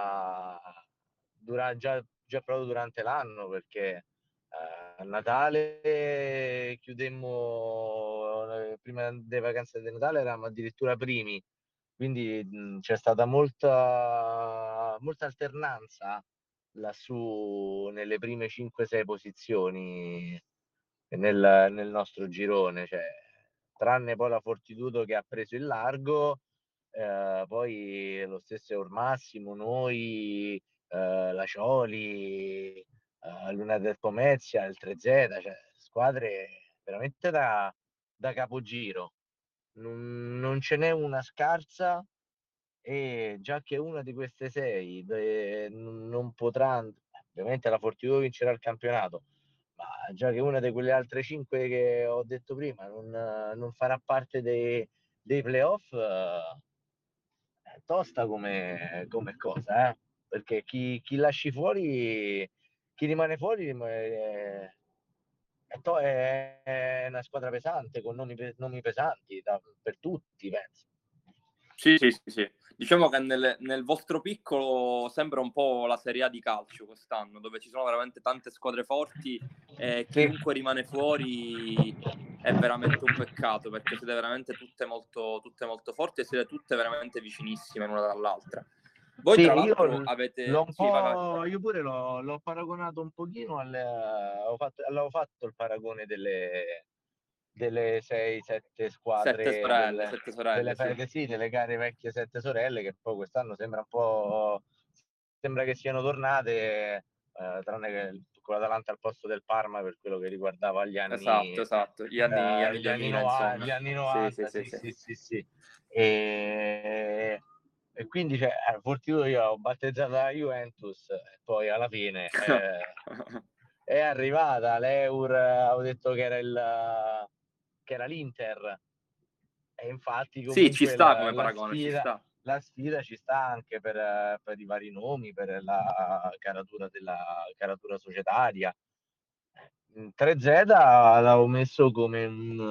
già proprio durante l'anno, perché a Natale chiudemmo, prima delle vacanze di Natale eravamo addirittura primi, quindi c'è stata molta alternanza lassù nelle prime 5-6 posizioni nel nostro girone, tranne poi la Fortitudo che ha preso il largo, poi lo stesso Eur Massimo, noi, la Cioli, l'United Pomezia, il 3Z, squadre veramente da capogiro. Non ce n'è una scarsa, e già che una di queste 6 non potrà, ovviamente la Fortitudo vincerà il campionato, ma già che una di quelle altre 5 che ho detto prima non farà parte dei playoff, è tosta come cosa, perché chi lasci fuori, chi rimane fuori è una squadra pesante, con nomi pesanti per tutti, penso. Sì. Diciamo che nel vostro piccolo sembra un po' la Serie A di calcio quest'anno, dove ci sono veramente tante squadre forti e chiunque rimane fuori è veramente un peccato, perché siete veramente tutte molto forti e siete tutte veramente vicinissime l'una dall'altra. Voi Sì, tra io l'altro avete... l'ho un Sì, vai. po', io pure l'ho paragonato un pochino avevo fatto il paragone delle 6-7 squadre Sette sorelle, sì. sì, delle care vecchie 7 sorelle, che poi quest'anno sembra che siano tornate, tranne che con l'Atalanta al posto del Parma, per quello che riguardava gli anni Esatto, gli anni 2000, insomma. gli anni Sì. 90, sì. E quindi fortitudo io ho battezzato la Juventus e poi alla fine è arrivata l'Eur, avevo detto che era l'Inter, e infatti Sì, ci comunque sta come paragone, ci sta. la sfida ci sta anche per i vari nomi, per la caratura societaria. 3Z l'avevo messo come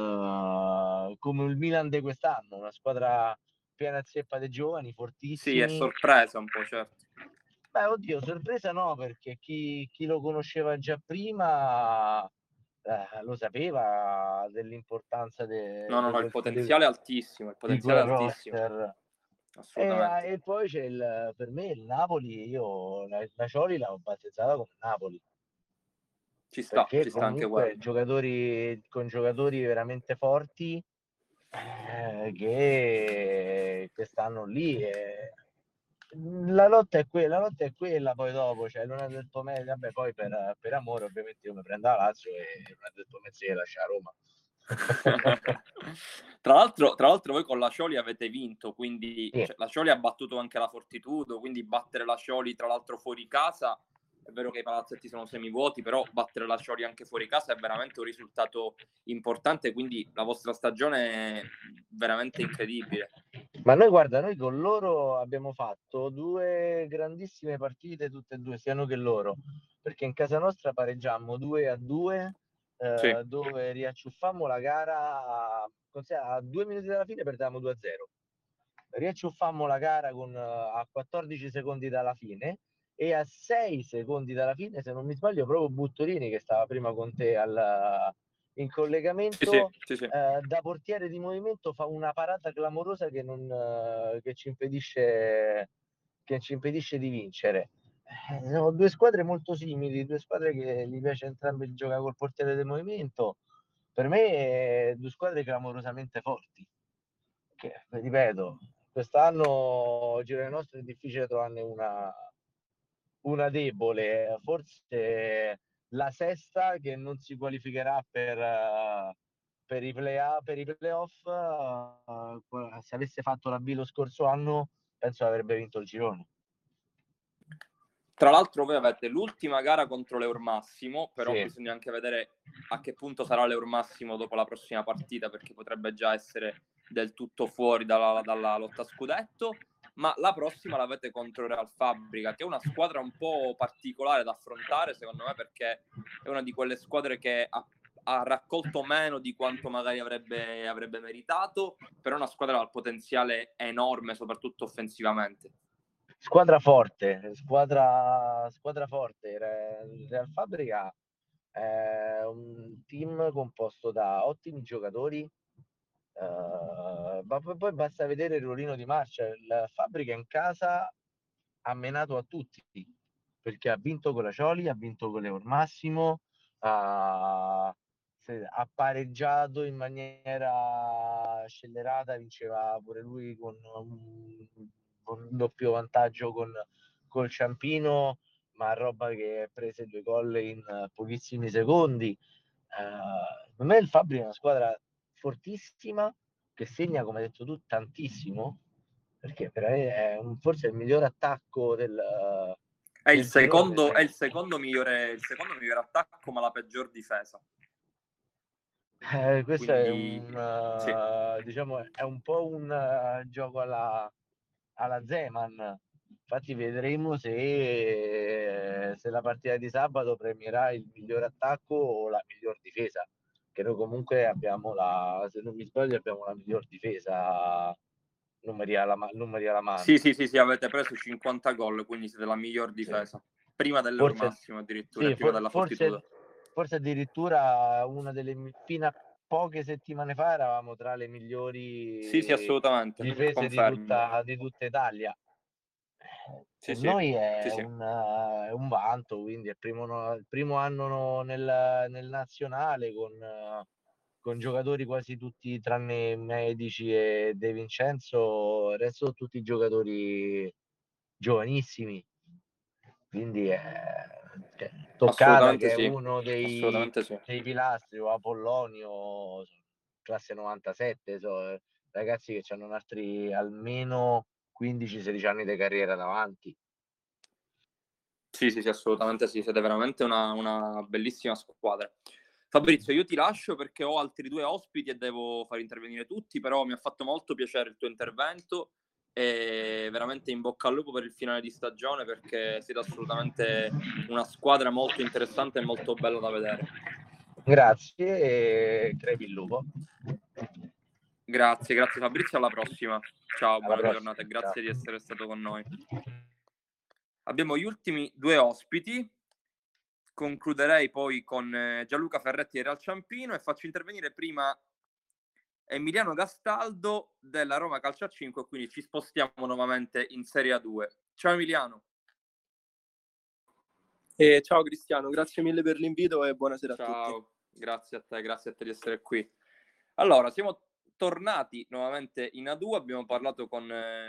il Milan di quest'anno, una squadra piena zeppa dei giovani, Sì, è fortissimi. sorpresa un po', certo. Beh, oddio, sorpresa no, perché chi lo conosceva già prima lo sapeva dell'importanza No, il potenziale è altissimo, il di potenziale quel è altissimo, roster. assolutamente. E poi c'è per me il Napoli, io la Cioli l'avevo battezzata come Napoli, Ci perché sta anche comunque quello. giocatori veramente forti, che stanno lì. La lotta è quella poi dopo, cioè l'una del Pomezia, vabbè, poi per amore ovviamente io mi prendo la Lazio e l'una del Pomezia lascia Roma. Tra l'altro voi con la Cioli avete vinto, quindi Sì. cioè, la Cioli ha battuto anche la Fortitudo, quindi battere la Cioli tra l'altro fuori casa, è vero che i palazzetti sono semivuoti, però battere la Cioli anche fuori casa è veramente un risultato importante, quindi la vostra stagione è veramente incredibile. Ma noi con loro abbiamo fatto 2 grandissime partite, tutte e 2, sia noi che loro, perché in casa nostra pareggiammo 2-2, Sì. dove riacciuffammo la gara a 2 minuti dalla fine, perdevamo 2-0. Riacciuffammo la gara a 14 secondi dalla fine, e a 6 secondi dalla fine, se non mi sbaglio, proprio Buttorini, che stava prima con te in collegamento, Sì. da portiere di movimento fa una parata clamorosa che ci impedisce di vincere. Sono 2 squadre molto simili, 2 squadre che gli piace entrambi giocare col portiere del movimento. Per me 2 squadre clamorosamente forti, che ripeto, quest'anno Girone Nostro è difficile trovarne una debole, forse la sesta che non si qualificherà per i playoff. Se avesse fatto la B lo scorso anno, penso avrebbe vinto il girone. Tra l'altro voi avete l'ultima gara contro l'Eurmassimo, però Sì. bisogna anche vedere a che punto sarà l'Eurmassimo dopo la prossima partita, perché potrebbe già essere del tutto fuori dalla lotta a scudetto, ma la prossima l'avete contro Real Fabbrica, che è una squadra un po' particolare da affrontare, secondo me, perché è una di quelle squadre che ha raccolto meno di quanto magari avrebbe meritato, però è una squadra dal potenziale enorme, soprattutto offensivamente. Squadra forte. Real Fabbrica è un team composto da ottimi giocatori, ma poi basta vedere il ruolino di marcia. La Fabbrica in casa ha menato a tutti, perché ha vinto con la Cioli, ha vinto con l'Eurmassimo, ha pareggiato in maniera scellerata, vinceva pure lui con un doppio vantaggio col Ciampino, ma roba che prese 2 gol in pochissimi secondi. Per me il Fabbrica è una squadra fortissima, che segna, come hai detto tu, tantissimo, perché è forse il miglior attacco del girone. È il secondo migliore attacco, ma la peggior difesa. Questo Quindi, sì. Diciamo, è un po' un gioco alla Zeman. Infatti vedremo se la partita di sabato premierà il miglior attacco o la miglior difesa, che noi comunque abbiamo se non mi sbaglio, abbiamo la miglior difesa numeri alla mano. Sì, avete preso 50 gol, quindi siete la miglior difesa. Prima dell'Eurmassimo addirittura, prima della Fortitudo. Forse addirittura fino a poche settimane fa eravamo tra le migliori Sì, assolutamente. difese di tutta Italia. Per noi è un vanto, quindi è il primo anno nel nazionale con giocatori quasi tutti tranne Medici e De Vincenzo, il resto tutti giocatori giovanissimi, quindi è Toccata che è uno dei pilastri, o Apollonio, classe 97, ragazzi che hanno altri almeno 15-16 anni di carriera davanti. Sì, assolutamente sì, siete veramente una bellissima squadra. Fabrizio, io ti lascio perché ho altri 2 ospiti e devo far intervenire tutti, però mi ha fatto molto piacere il tuo intervento e veramente in bocca al lupo per il finale di stagione, perché siete assolutamente una squadra molto interessante e molto bella da vedere. Grazie e crepi il lupo. Grazie Fabrizio, alla prossima. Ciao, buona giornata e grazie Ciao. di essere stato con noi. Abbiamo gli ultimi 2 ospiti. Concluderei poi con Gianluca Ferretti e Real Ciampino e faccio intervenire prima Emiliano Gastaldo della Roma Calcio a 5, quindi ci spostiamo nuovamente in Serie A2. Ciao Emiliano. Ciao Cristiano, grazie mille per l'invito e buonasera a tutti. Ciao, grazie a te di essere qui. Allora, siamo tornati nuovamente in A2, abbiamo parlato con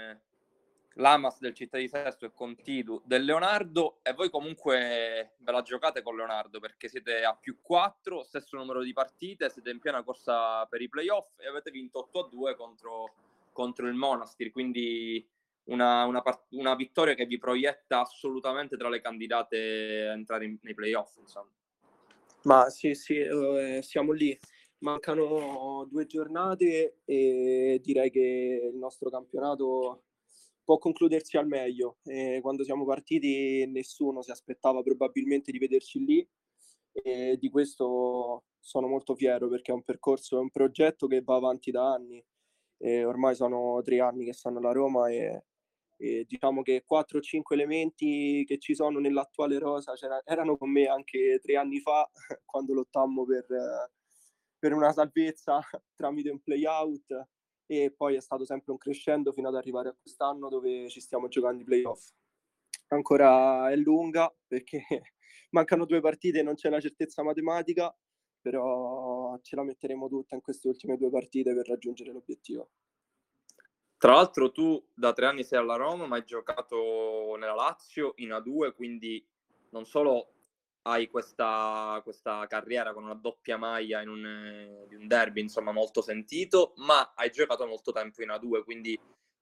l'Amas del Città di Sesto e con Tidu del Leonardo, e voi comunque ve la giocate con Leonardo perché siete a +4, stesso numero di partite, siete in piena corsa per i playoff e avete vinto 8-2 contro il Monastir, quindi una vittoria che vi proietta assolutamente tra le candidate a entrare nei playoff, insomma. Ma sì, siamo lì. Mancano 2 giornate e direi che il nostro campionato può concludersi al meglio. Quando siamo partiti nessuno si aspettava probabilmente di vederci lì e di questo sono molto fiero perché è un percorso, è un progetto che va avanti da anni. Ormai sono 3 anni che stanno alla Roma e diciamo che 4-5 elementi che ci sono nell'attuale rosa erano con me anche 3 anni fa quando lottammo per una salvezza tramite un play-out, e poi è stato sempre un crescendo fino ad arrivare a quest'anno dove ci stiamo giocando i play-off. Ancora è lunga perché mancano 2 partite e non c'è una certezza matematica, però ce la metteremo tutta in queste ultime 2 partite per raggiungere l'obiettivo. Tra l'altro tu da 3 anni sei alla Roma, ma hai giocato nella Lazio in A2, quindi non solo hai questa carriera con una doppia maglia di un derby, insomma, molto sentito, ma hai giocato molto tempo in A2, quindi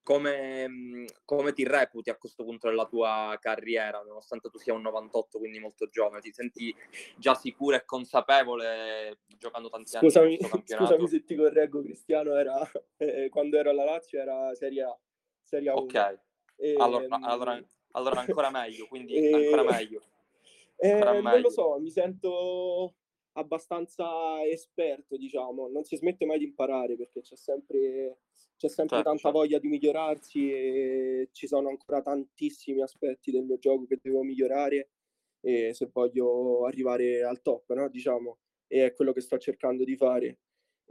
come ti reputi a questo punto della tua carriera, nonostante tu sia un 98, quindi molto giovane? Ti senti già sicuro e consapevole giocando tanti anni in questo campionato? Scusami se ti correggo, Cristiano, quando ero alla Lazio era Serie A, Serie A1. Ok, allora ancora meglio, quindi ancora meglio. Non lo so, mi sento abbastanza esperto, diciamo, non si smette mai di imparare perché c'è sempre tanta voglia di migliorarsi e ci sono ancora tantissimi aspetti del mio gioco che devo migliorare se voglio arrivare al top, no? Diciamo, e è quello che sto cercando di fare.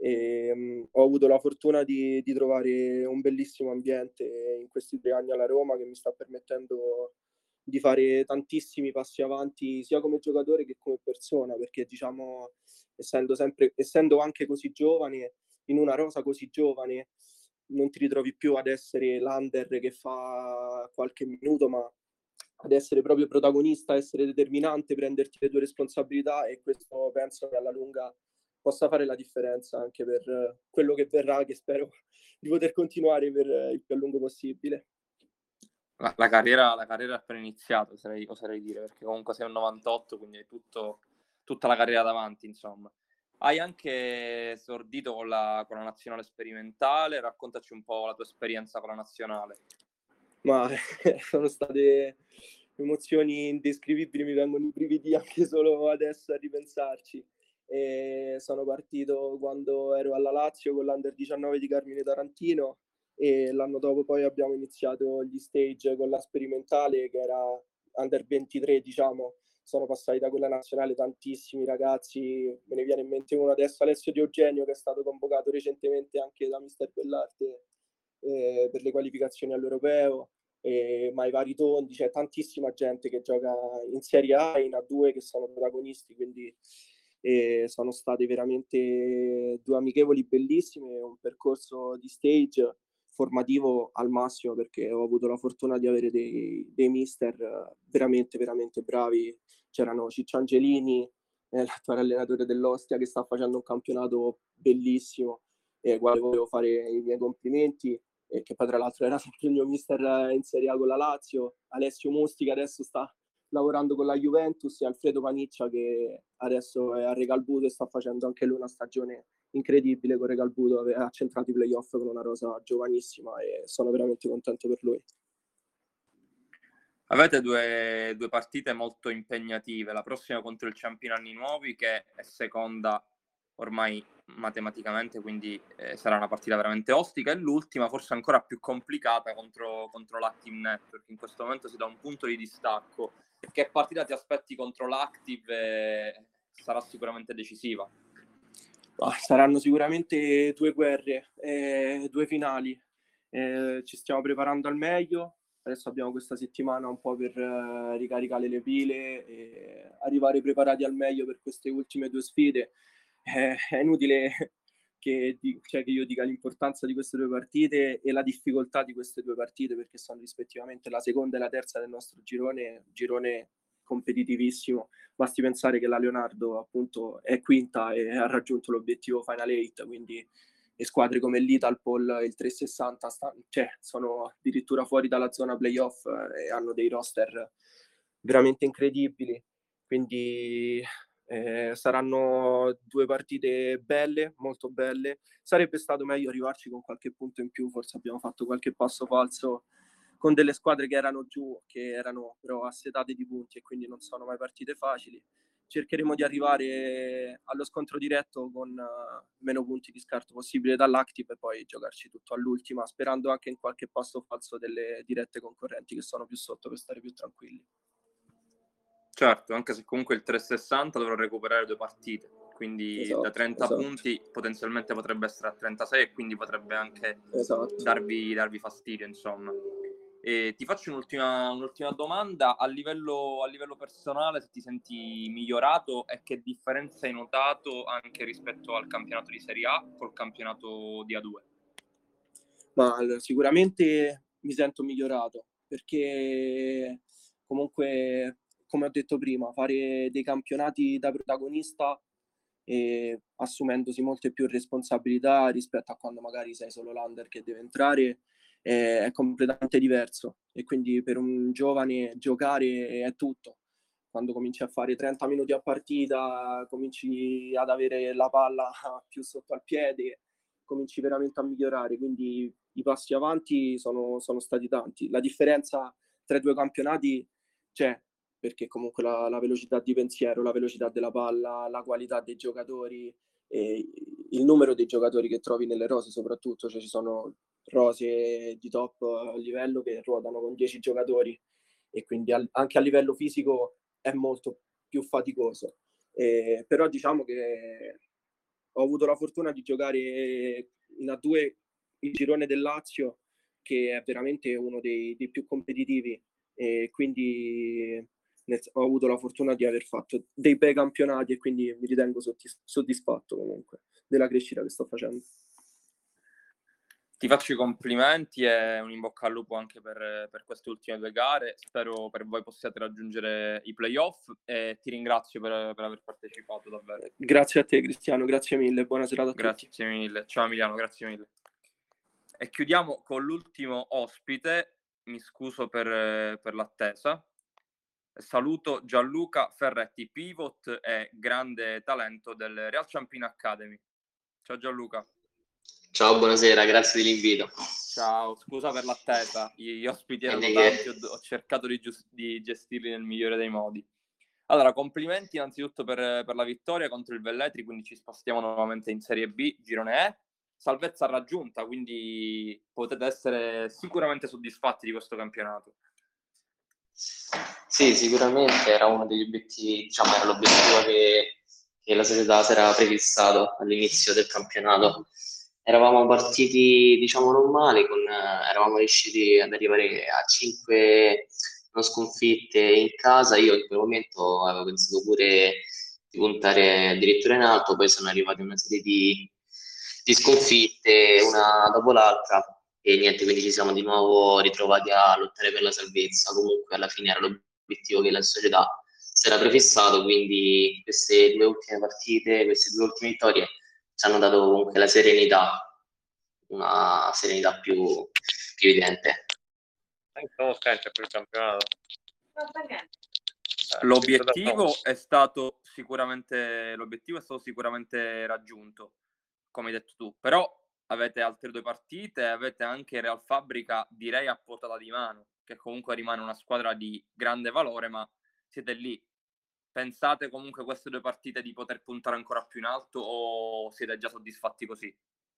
Ho avuto la fortuna di trovare un bellissimo ambiente in questi 3 anni alla Roma che mi sta permettendo di fare tantissimi passi avanti sia come giocatore che come persona, perché diciamo essendo anche così giovane, in una rosa così giovane, non ti ritrovi più ad essere l'under che fa qualche minuto, ma ad essere proprio protagonista, essere determinante, prenderti le tue responsabilità, e questo penso che alla lunga possa fare la differenza anche per quello che verrà, che spero di poter continuare per il più a lungo possibile. La carriera è appena iniziata, oserei dire, perché comunque sei un 98, quindi hai tutta la carriera davanti, insomma. Hai anche esordito con la nazionale sperimentale, raccontaci un po' la tua esperienza con la nazionale. Ma sono state emozioni indescrivibili, mi vengono i brividi anche solo adesso a ripensarci. Sono partito quando ero alla Lazio con l'Under 19 di Carmine Tarantino e l'anno dopo poi abbiamo iniziato gli stage con la sperimentale, che era under 23, diciamo. Sono passati da quella nazionale tantissimi ragazzi, me ne viene in mente uno adesso, Alessio Di Eugenio, che è stato convocato recentemente anche da Mister Bellarte per le qualificazioni all'Europeo, ma i vari Tondi, c'è tantissima gente che gioca in Serie A e in A2 che sono protagonisti, quindi sono state veramente 2 amichevoli bellissime, un percorso di stage formativo al massimo, perché ho avuto la fortuna di avere dei mister veramente, veramente bravi. C'erano Ciccio Angelini, l'attuale allenatore dell'Ostia, che sta facendo un campionato bellissimo, quale volevo fare i miei complimenti, che poi tra l'altro era sempre il mio mister in Serie A con la Lazio. Alessio Musti, che adesso sta lavorando con la Juventus, e Alfredo Paniccia, che adesso è a Regalbuto e sta facendo anche lui una stagione incredibile con Regalbuto, ha centrato i playoff con una rosa giovanissima e sono veramente contento per lui. Avete due partite molto impegnative, la prossima contro il Ciampino Anni Nuovi, che è seconda ormai matematicamente, quindi sarà una partita veramente ostica, e l'ultima forse ancora più complicata contro l'Active Network. In questo momento si dà un punto di distacco. Che partita ti aspetti contro l'Active? Sarà sicuramente decisiva. Saranno sicuramente 2 guerre, 2 finali. Ci stiamo preparando al meglio. Adesso abbiamo questa settimana un po' per ricaricare le pile e arrivare preparati al meglio per queste ultime 2 sfide. È inutile che io dica l'importanza di queste 2 partite e la difficoltà di queste 2 partite, perché sono rispettivamente la seconda e la terza del nostro girone competitivissimo. Basti pensare che la Leonardo appunto è quinta e ha raggiunto l'obiettivo Final 8, quindi le squadre come l'Italpol e il 360 sono addirittura fuori dalla zona playoff e hanno dei roster veramente incredibili, quindi saranno 2 partite belle, molto belle. Sarebbe stato meglio arrivarci con qualche punto in più, forse abbiamo fatto qualche passo falso con delle squadre che erano giù, che erano però assetate di punti, e quindi non sono mai partite facili. Cercheremo di arrivare allo scontro diretto con meno punti di scarto possibile dall'Active e poi giocarci tutto all'ultima, sperando anche in qualche passo falso delle dirette concorrenti che sono più sotto, per stare più tranquilli. Certo, anche se comunque il 360 dovrà recuperare 2 partite, quindi da 30 punti potenzialmente potrebbe essere a 36 e quindi potrebbe anche darvi fastidio, insomma. E ti faccio un'ultima domanda. A livello personale, se ti senti migliorato e che differenza hai notato anche rispetto al campionato di Serie A col campionato di A2? Ma sicuramente mi sento migliorato, perché comunque, come ho detto prima, fare dei campionati da protagonista e assumendosi molte più responsabilità rispetto a quando magari sei solo l'under che deve entrare è completamente diverso, e quindi per un giovane giocare è tutto. Quando cominci a fare 30 minuti a partita, cominci ad avere la palla più sotto al piede, cominci veramente a migliorare, quindi i passi avanti sono stati tanti. La differenza tra i 2 campionati c'è, perché comunque la velocità di pensiero, la velocità della palla, la qualità dei giocatori, e il numero dei giocatori che trovi nelle rose soprattutto, cioè ci sono rose di top livello che ruotano con 10 giocatori, e quindi anche a livello fisico è molto più faticoso. Però diciamo che ho avuto la fortuna di giocare in A2 il girone del Lazio, che è veramente uno dei più competitivi, e quindi ho avuto la fortuna di aver fatto dei bei campionati, e quindi mi ritengo soddisfatto comunque della crescita che sto facendo. Ti faccio i complimenti e un in bocca al lupo anche per queste ultime 2 gare. Spero per voi possiate raggiungere i playoff e ti ringrazio per aver partecipato davvero. Grazie a te Cristiano, grazie mille, buona serata a tutti. Grazie mille, ciao Emiliano, grazie mille. E chiudiamo con l'ultimo ospite, mi scuso per l'attesa. Saluto Gianluca Ferretti, pivot e grande talento del Real Ciampino Academy. Ciao Gianluca. Ciao, buonasera, grazie dell'invito. Ciao, scusa per l'attesa, gli ospiti erano tanti, ho cercato di gestirli nel migliore dei modi. Allora, complimenti innanzitutto per la vittoria contro il Velletri, quindi ci spostiamo nuovamente in Serie B, girone E. salvezza raggiunta, quindi potete essere sicuramente soddisfatti di questo campionato. Sì, sicuramente era uno degli obiettivi, diciamo, era l'obiettivo che la società si era prefissato all'inizio del campionato. Eravamo partiti, diciamo, non male, eravamo riusciti ad arrivare a 5 non sconfitte in casa. Io in quel momento avevo pensato pure di puntare addirittura in alto, poi sono arrivate una serie di sconfitte, una dopo l'altra, e niente, quindi ci siamo di nuovo ritrovati a lottare per la salvezza. Comunque alla fine era l'obiettivo che la società si era prefissato, quindi queste 2 ultime partite, queste 2 ultime vittorie ci hanno dato comunque la serenità, una serenità più evidente. Anche conoscente per il campionato. L'obiettivo è stato sicuramente raggiunto, come hai detto tu, però avete altre 2 partite, avete anche Real Fabbrica, direi a portata di mano, che comunque rimane una squadra di grande valore, ma siete lì. Pensate comunque queste 2 partite di poter puntare ancora più in alto o siete già soddisfatti così?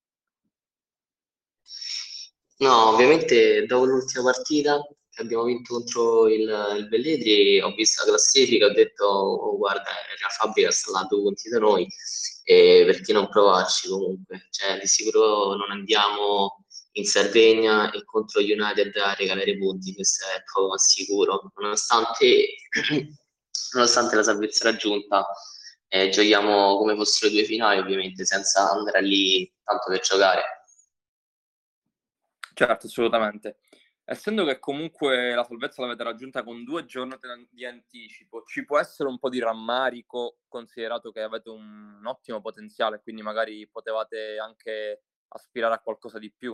No, ovviamente dopo l'ultima partita che abbiamo vinto contro il Velletri, ho visto la classifica, ho detto "Oh, guarda, la fabbrica sta là a 2 punti da noi, e perché non provarci comunque? Cioè, di sicuro non andiamo in Sardegna e contro United a regalare punti, questo è poco ma sicuro, nonostante la salvezza raggiunta. Giochiamo come fossero 2 finali, ovviamente, senza andare lì tanto per giocare. Certo, assolutamente. Essendo che comunque la salvezza l'avete raggiunta con 2 giornate di anticipo, ci può essere un po' di rammarico, considerato che avete un ottimo potenziale, quindi magari potevate anche aspirare a qualcosa di più.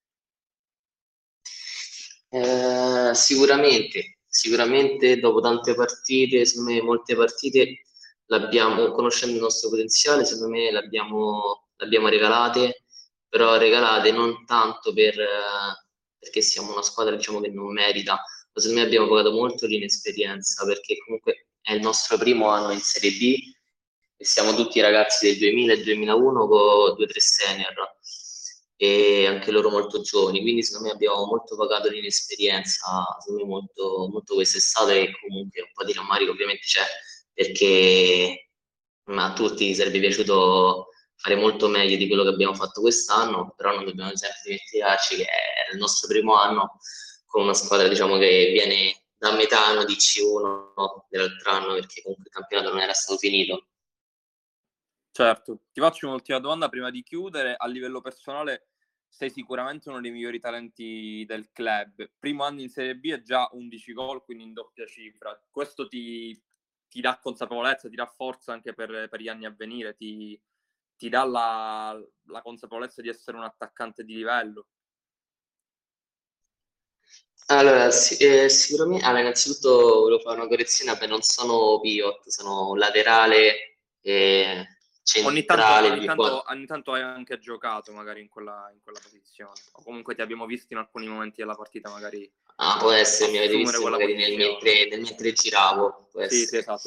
Sicuramente dopo tante partite, secondo me molte partite conoscendo il nostro potenziale, secondo me l'abbiamo regalate, però regalate non tanto perché siamo una squadra, diciamo, che non merita, ma secondo me abbiamo pagato molto l'inesperienza, perché comunque è il nostro primo anno in Serie B e siamo tutti ragazzi del 2000 e 2001 con 2 o 3 senior, e anche loro molto giovani, quindi secondo me abbiamo molto pagato l'inesperienza, secondo me molto quest'estate, e comunque un po' di rammarico ovviamente c'è, perché a tutti sarebbe piaciuto fare molto meglio di quello che abbiamo fatto quest'anno, però non dobbiamo sempre dimenticarci che è il nostro primo anno con una squadra, diciamo, che viene da metà anno di C1 dell'altro anno, perché comunque il campionato non era stato finito. Certo, ti faccio un'ultima domanda prima di chiudere. A livello personale sei sicuramente uno dei migliori talenti del club. Primo anno in Serie B è già 11 gol, quindi in doppia cifra. Questo ti dà consapevolezza, ti dà forza anche per gli anni a venire, ti dà la consapevolezza di essere un attaccante di livello. Allora, sicuramente, innanzitutto volevo fare una correzione, non sono pivot, sono laterale e centrale. Ogni tanto hai anche giocato magari in quella posizione, o comunque ti abbiamo visto in alcuni momenti della partita magari. Può essere, mi avete visto magari nel mentre giravo. Sì, esatto.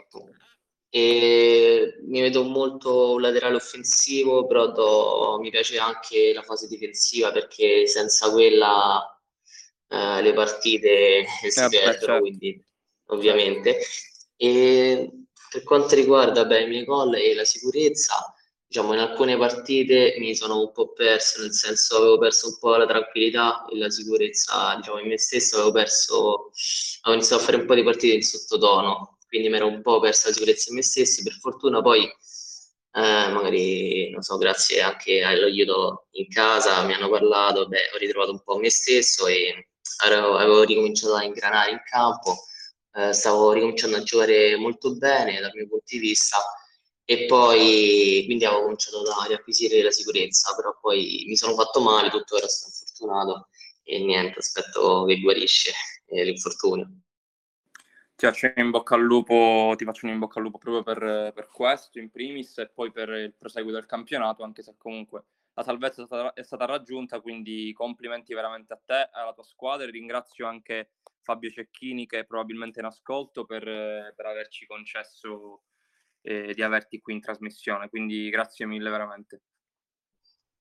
E mi vedo molto un laterale offensivo, però mi piace anche la fase difensiva, perché senza quella le partite si perdono, certo. quindi ovviamente. E per quanto riguarda i miei gol e la sicurezza, diciamo, in alcune partite mi sono un po' perso, nel senso avevo perso un po' la tranquillità e la sicurezza, diciamo, in me stesso, avevo iniziato a fare un po' di partite in sottotono, quindi mi ero un po' perso la sicurezza in me stesso. Per fortuna poi magari, non so, grazie anche all'aiuto in casa, mi hanno parlato, ho ritrovato un po' me stesso e avevo ricominciato a ingranare in campo, stavo ricominciando a giocare molto bene dal mio punto di vista, e poi quindi avevo cominciato a riacquisire la sicurezza, però poi mi sono fatto male, tuttora sono fortunato e niente, aspetto che guarisce l'infortunio. Ti faccio un in bocca al lupo proprio per questo in primis, e poi per il proseguo del campionato, anche se comunque la salvezza è stata raggiunta, quindi complimenti veramente a te e alla tua squadra, e ringrazio anche Fabio Cecchini, che è probabilmente in ascolto, per averci concesso di averti qui in trasmissione, quindi grazie mille veramente.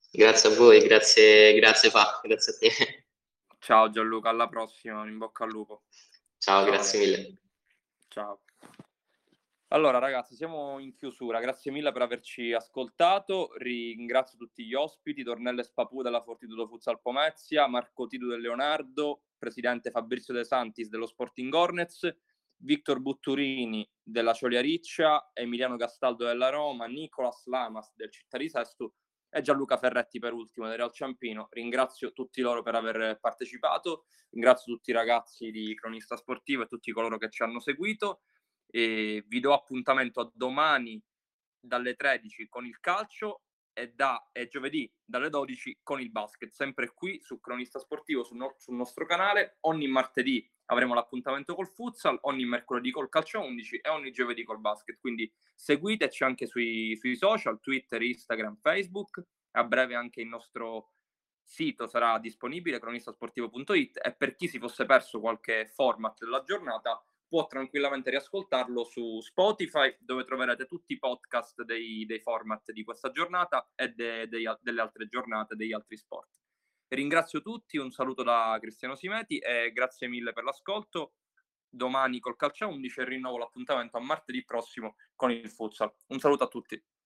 Grazie a voi, grazie Fa, grazie a te. Ciao Gianluca, alla prossima, in bocca al lupo. Ciao. Grazie mille. Ciao. Allora ragazzi, siamo in chiusura, grazie mille per averci ascoltato, ringrazio tutti gli ospiti, Tornelle Spapù della Fortitudo Futsal Pomezia, Marco Tidu del Leonardo, presidente Fabrizio De Santis dello Sporting Hornets, Victor Butturini della Ciolia Riccia, Emiliano Castaldo della Roma, Nicolas Lamas del Città di Sesto e Gianluca Ferretti per ultimo del Real Ciampino. Ringrazio tutti loro per aver partecipato, ringrazio tutti i ragazzi di Cronista Sportivo e tutti coloro che ci hanno seguito. E vi do appuntamento a domani dalle 13 con il calcio e giovedì dalle 12 con il basket, sempre qui su Cronista Sportivo, sul nostro canale. Ogni martedì avremo l'appuntamento col futsal, ogni mercoledì col calcio 11 e ogni giovedì col basket, quindi seguiteci anche sui social, Twitter, Instagram, Facebook. A breve anche il nostro sito sarà disponibile, cronistasportivo.it, e per chi si fosse perso qualche format della giornata può tranquillamente riascoltarlo su Spotify, dove troverete tutti i podcast dei format di questa giornata e delle altre giornate degli altri sport. Ringrazio tutti, un saluto da Cristiano Simeti e grazie mille per l'ascolto. Domani col calcio 11 rinnovo l'appuntamento a martedì prossimo con il futsal. Un saluto a tutti.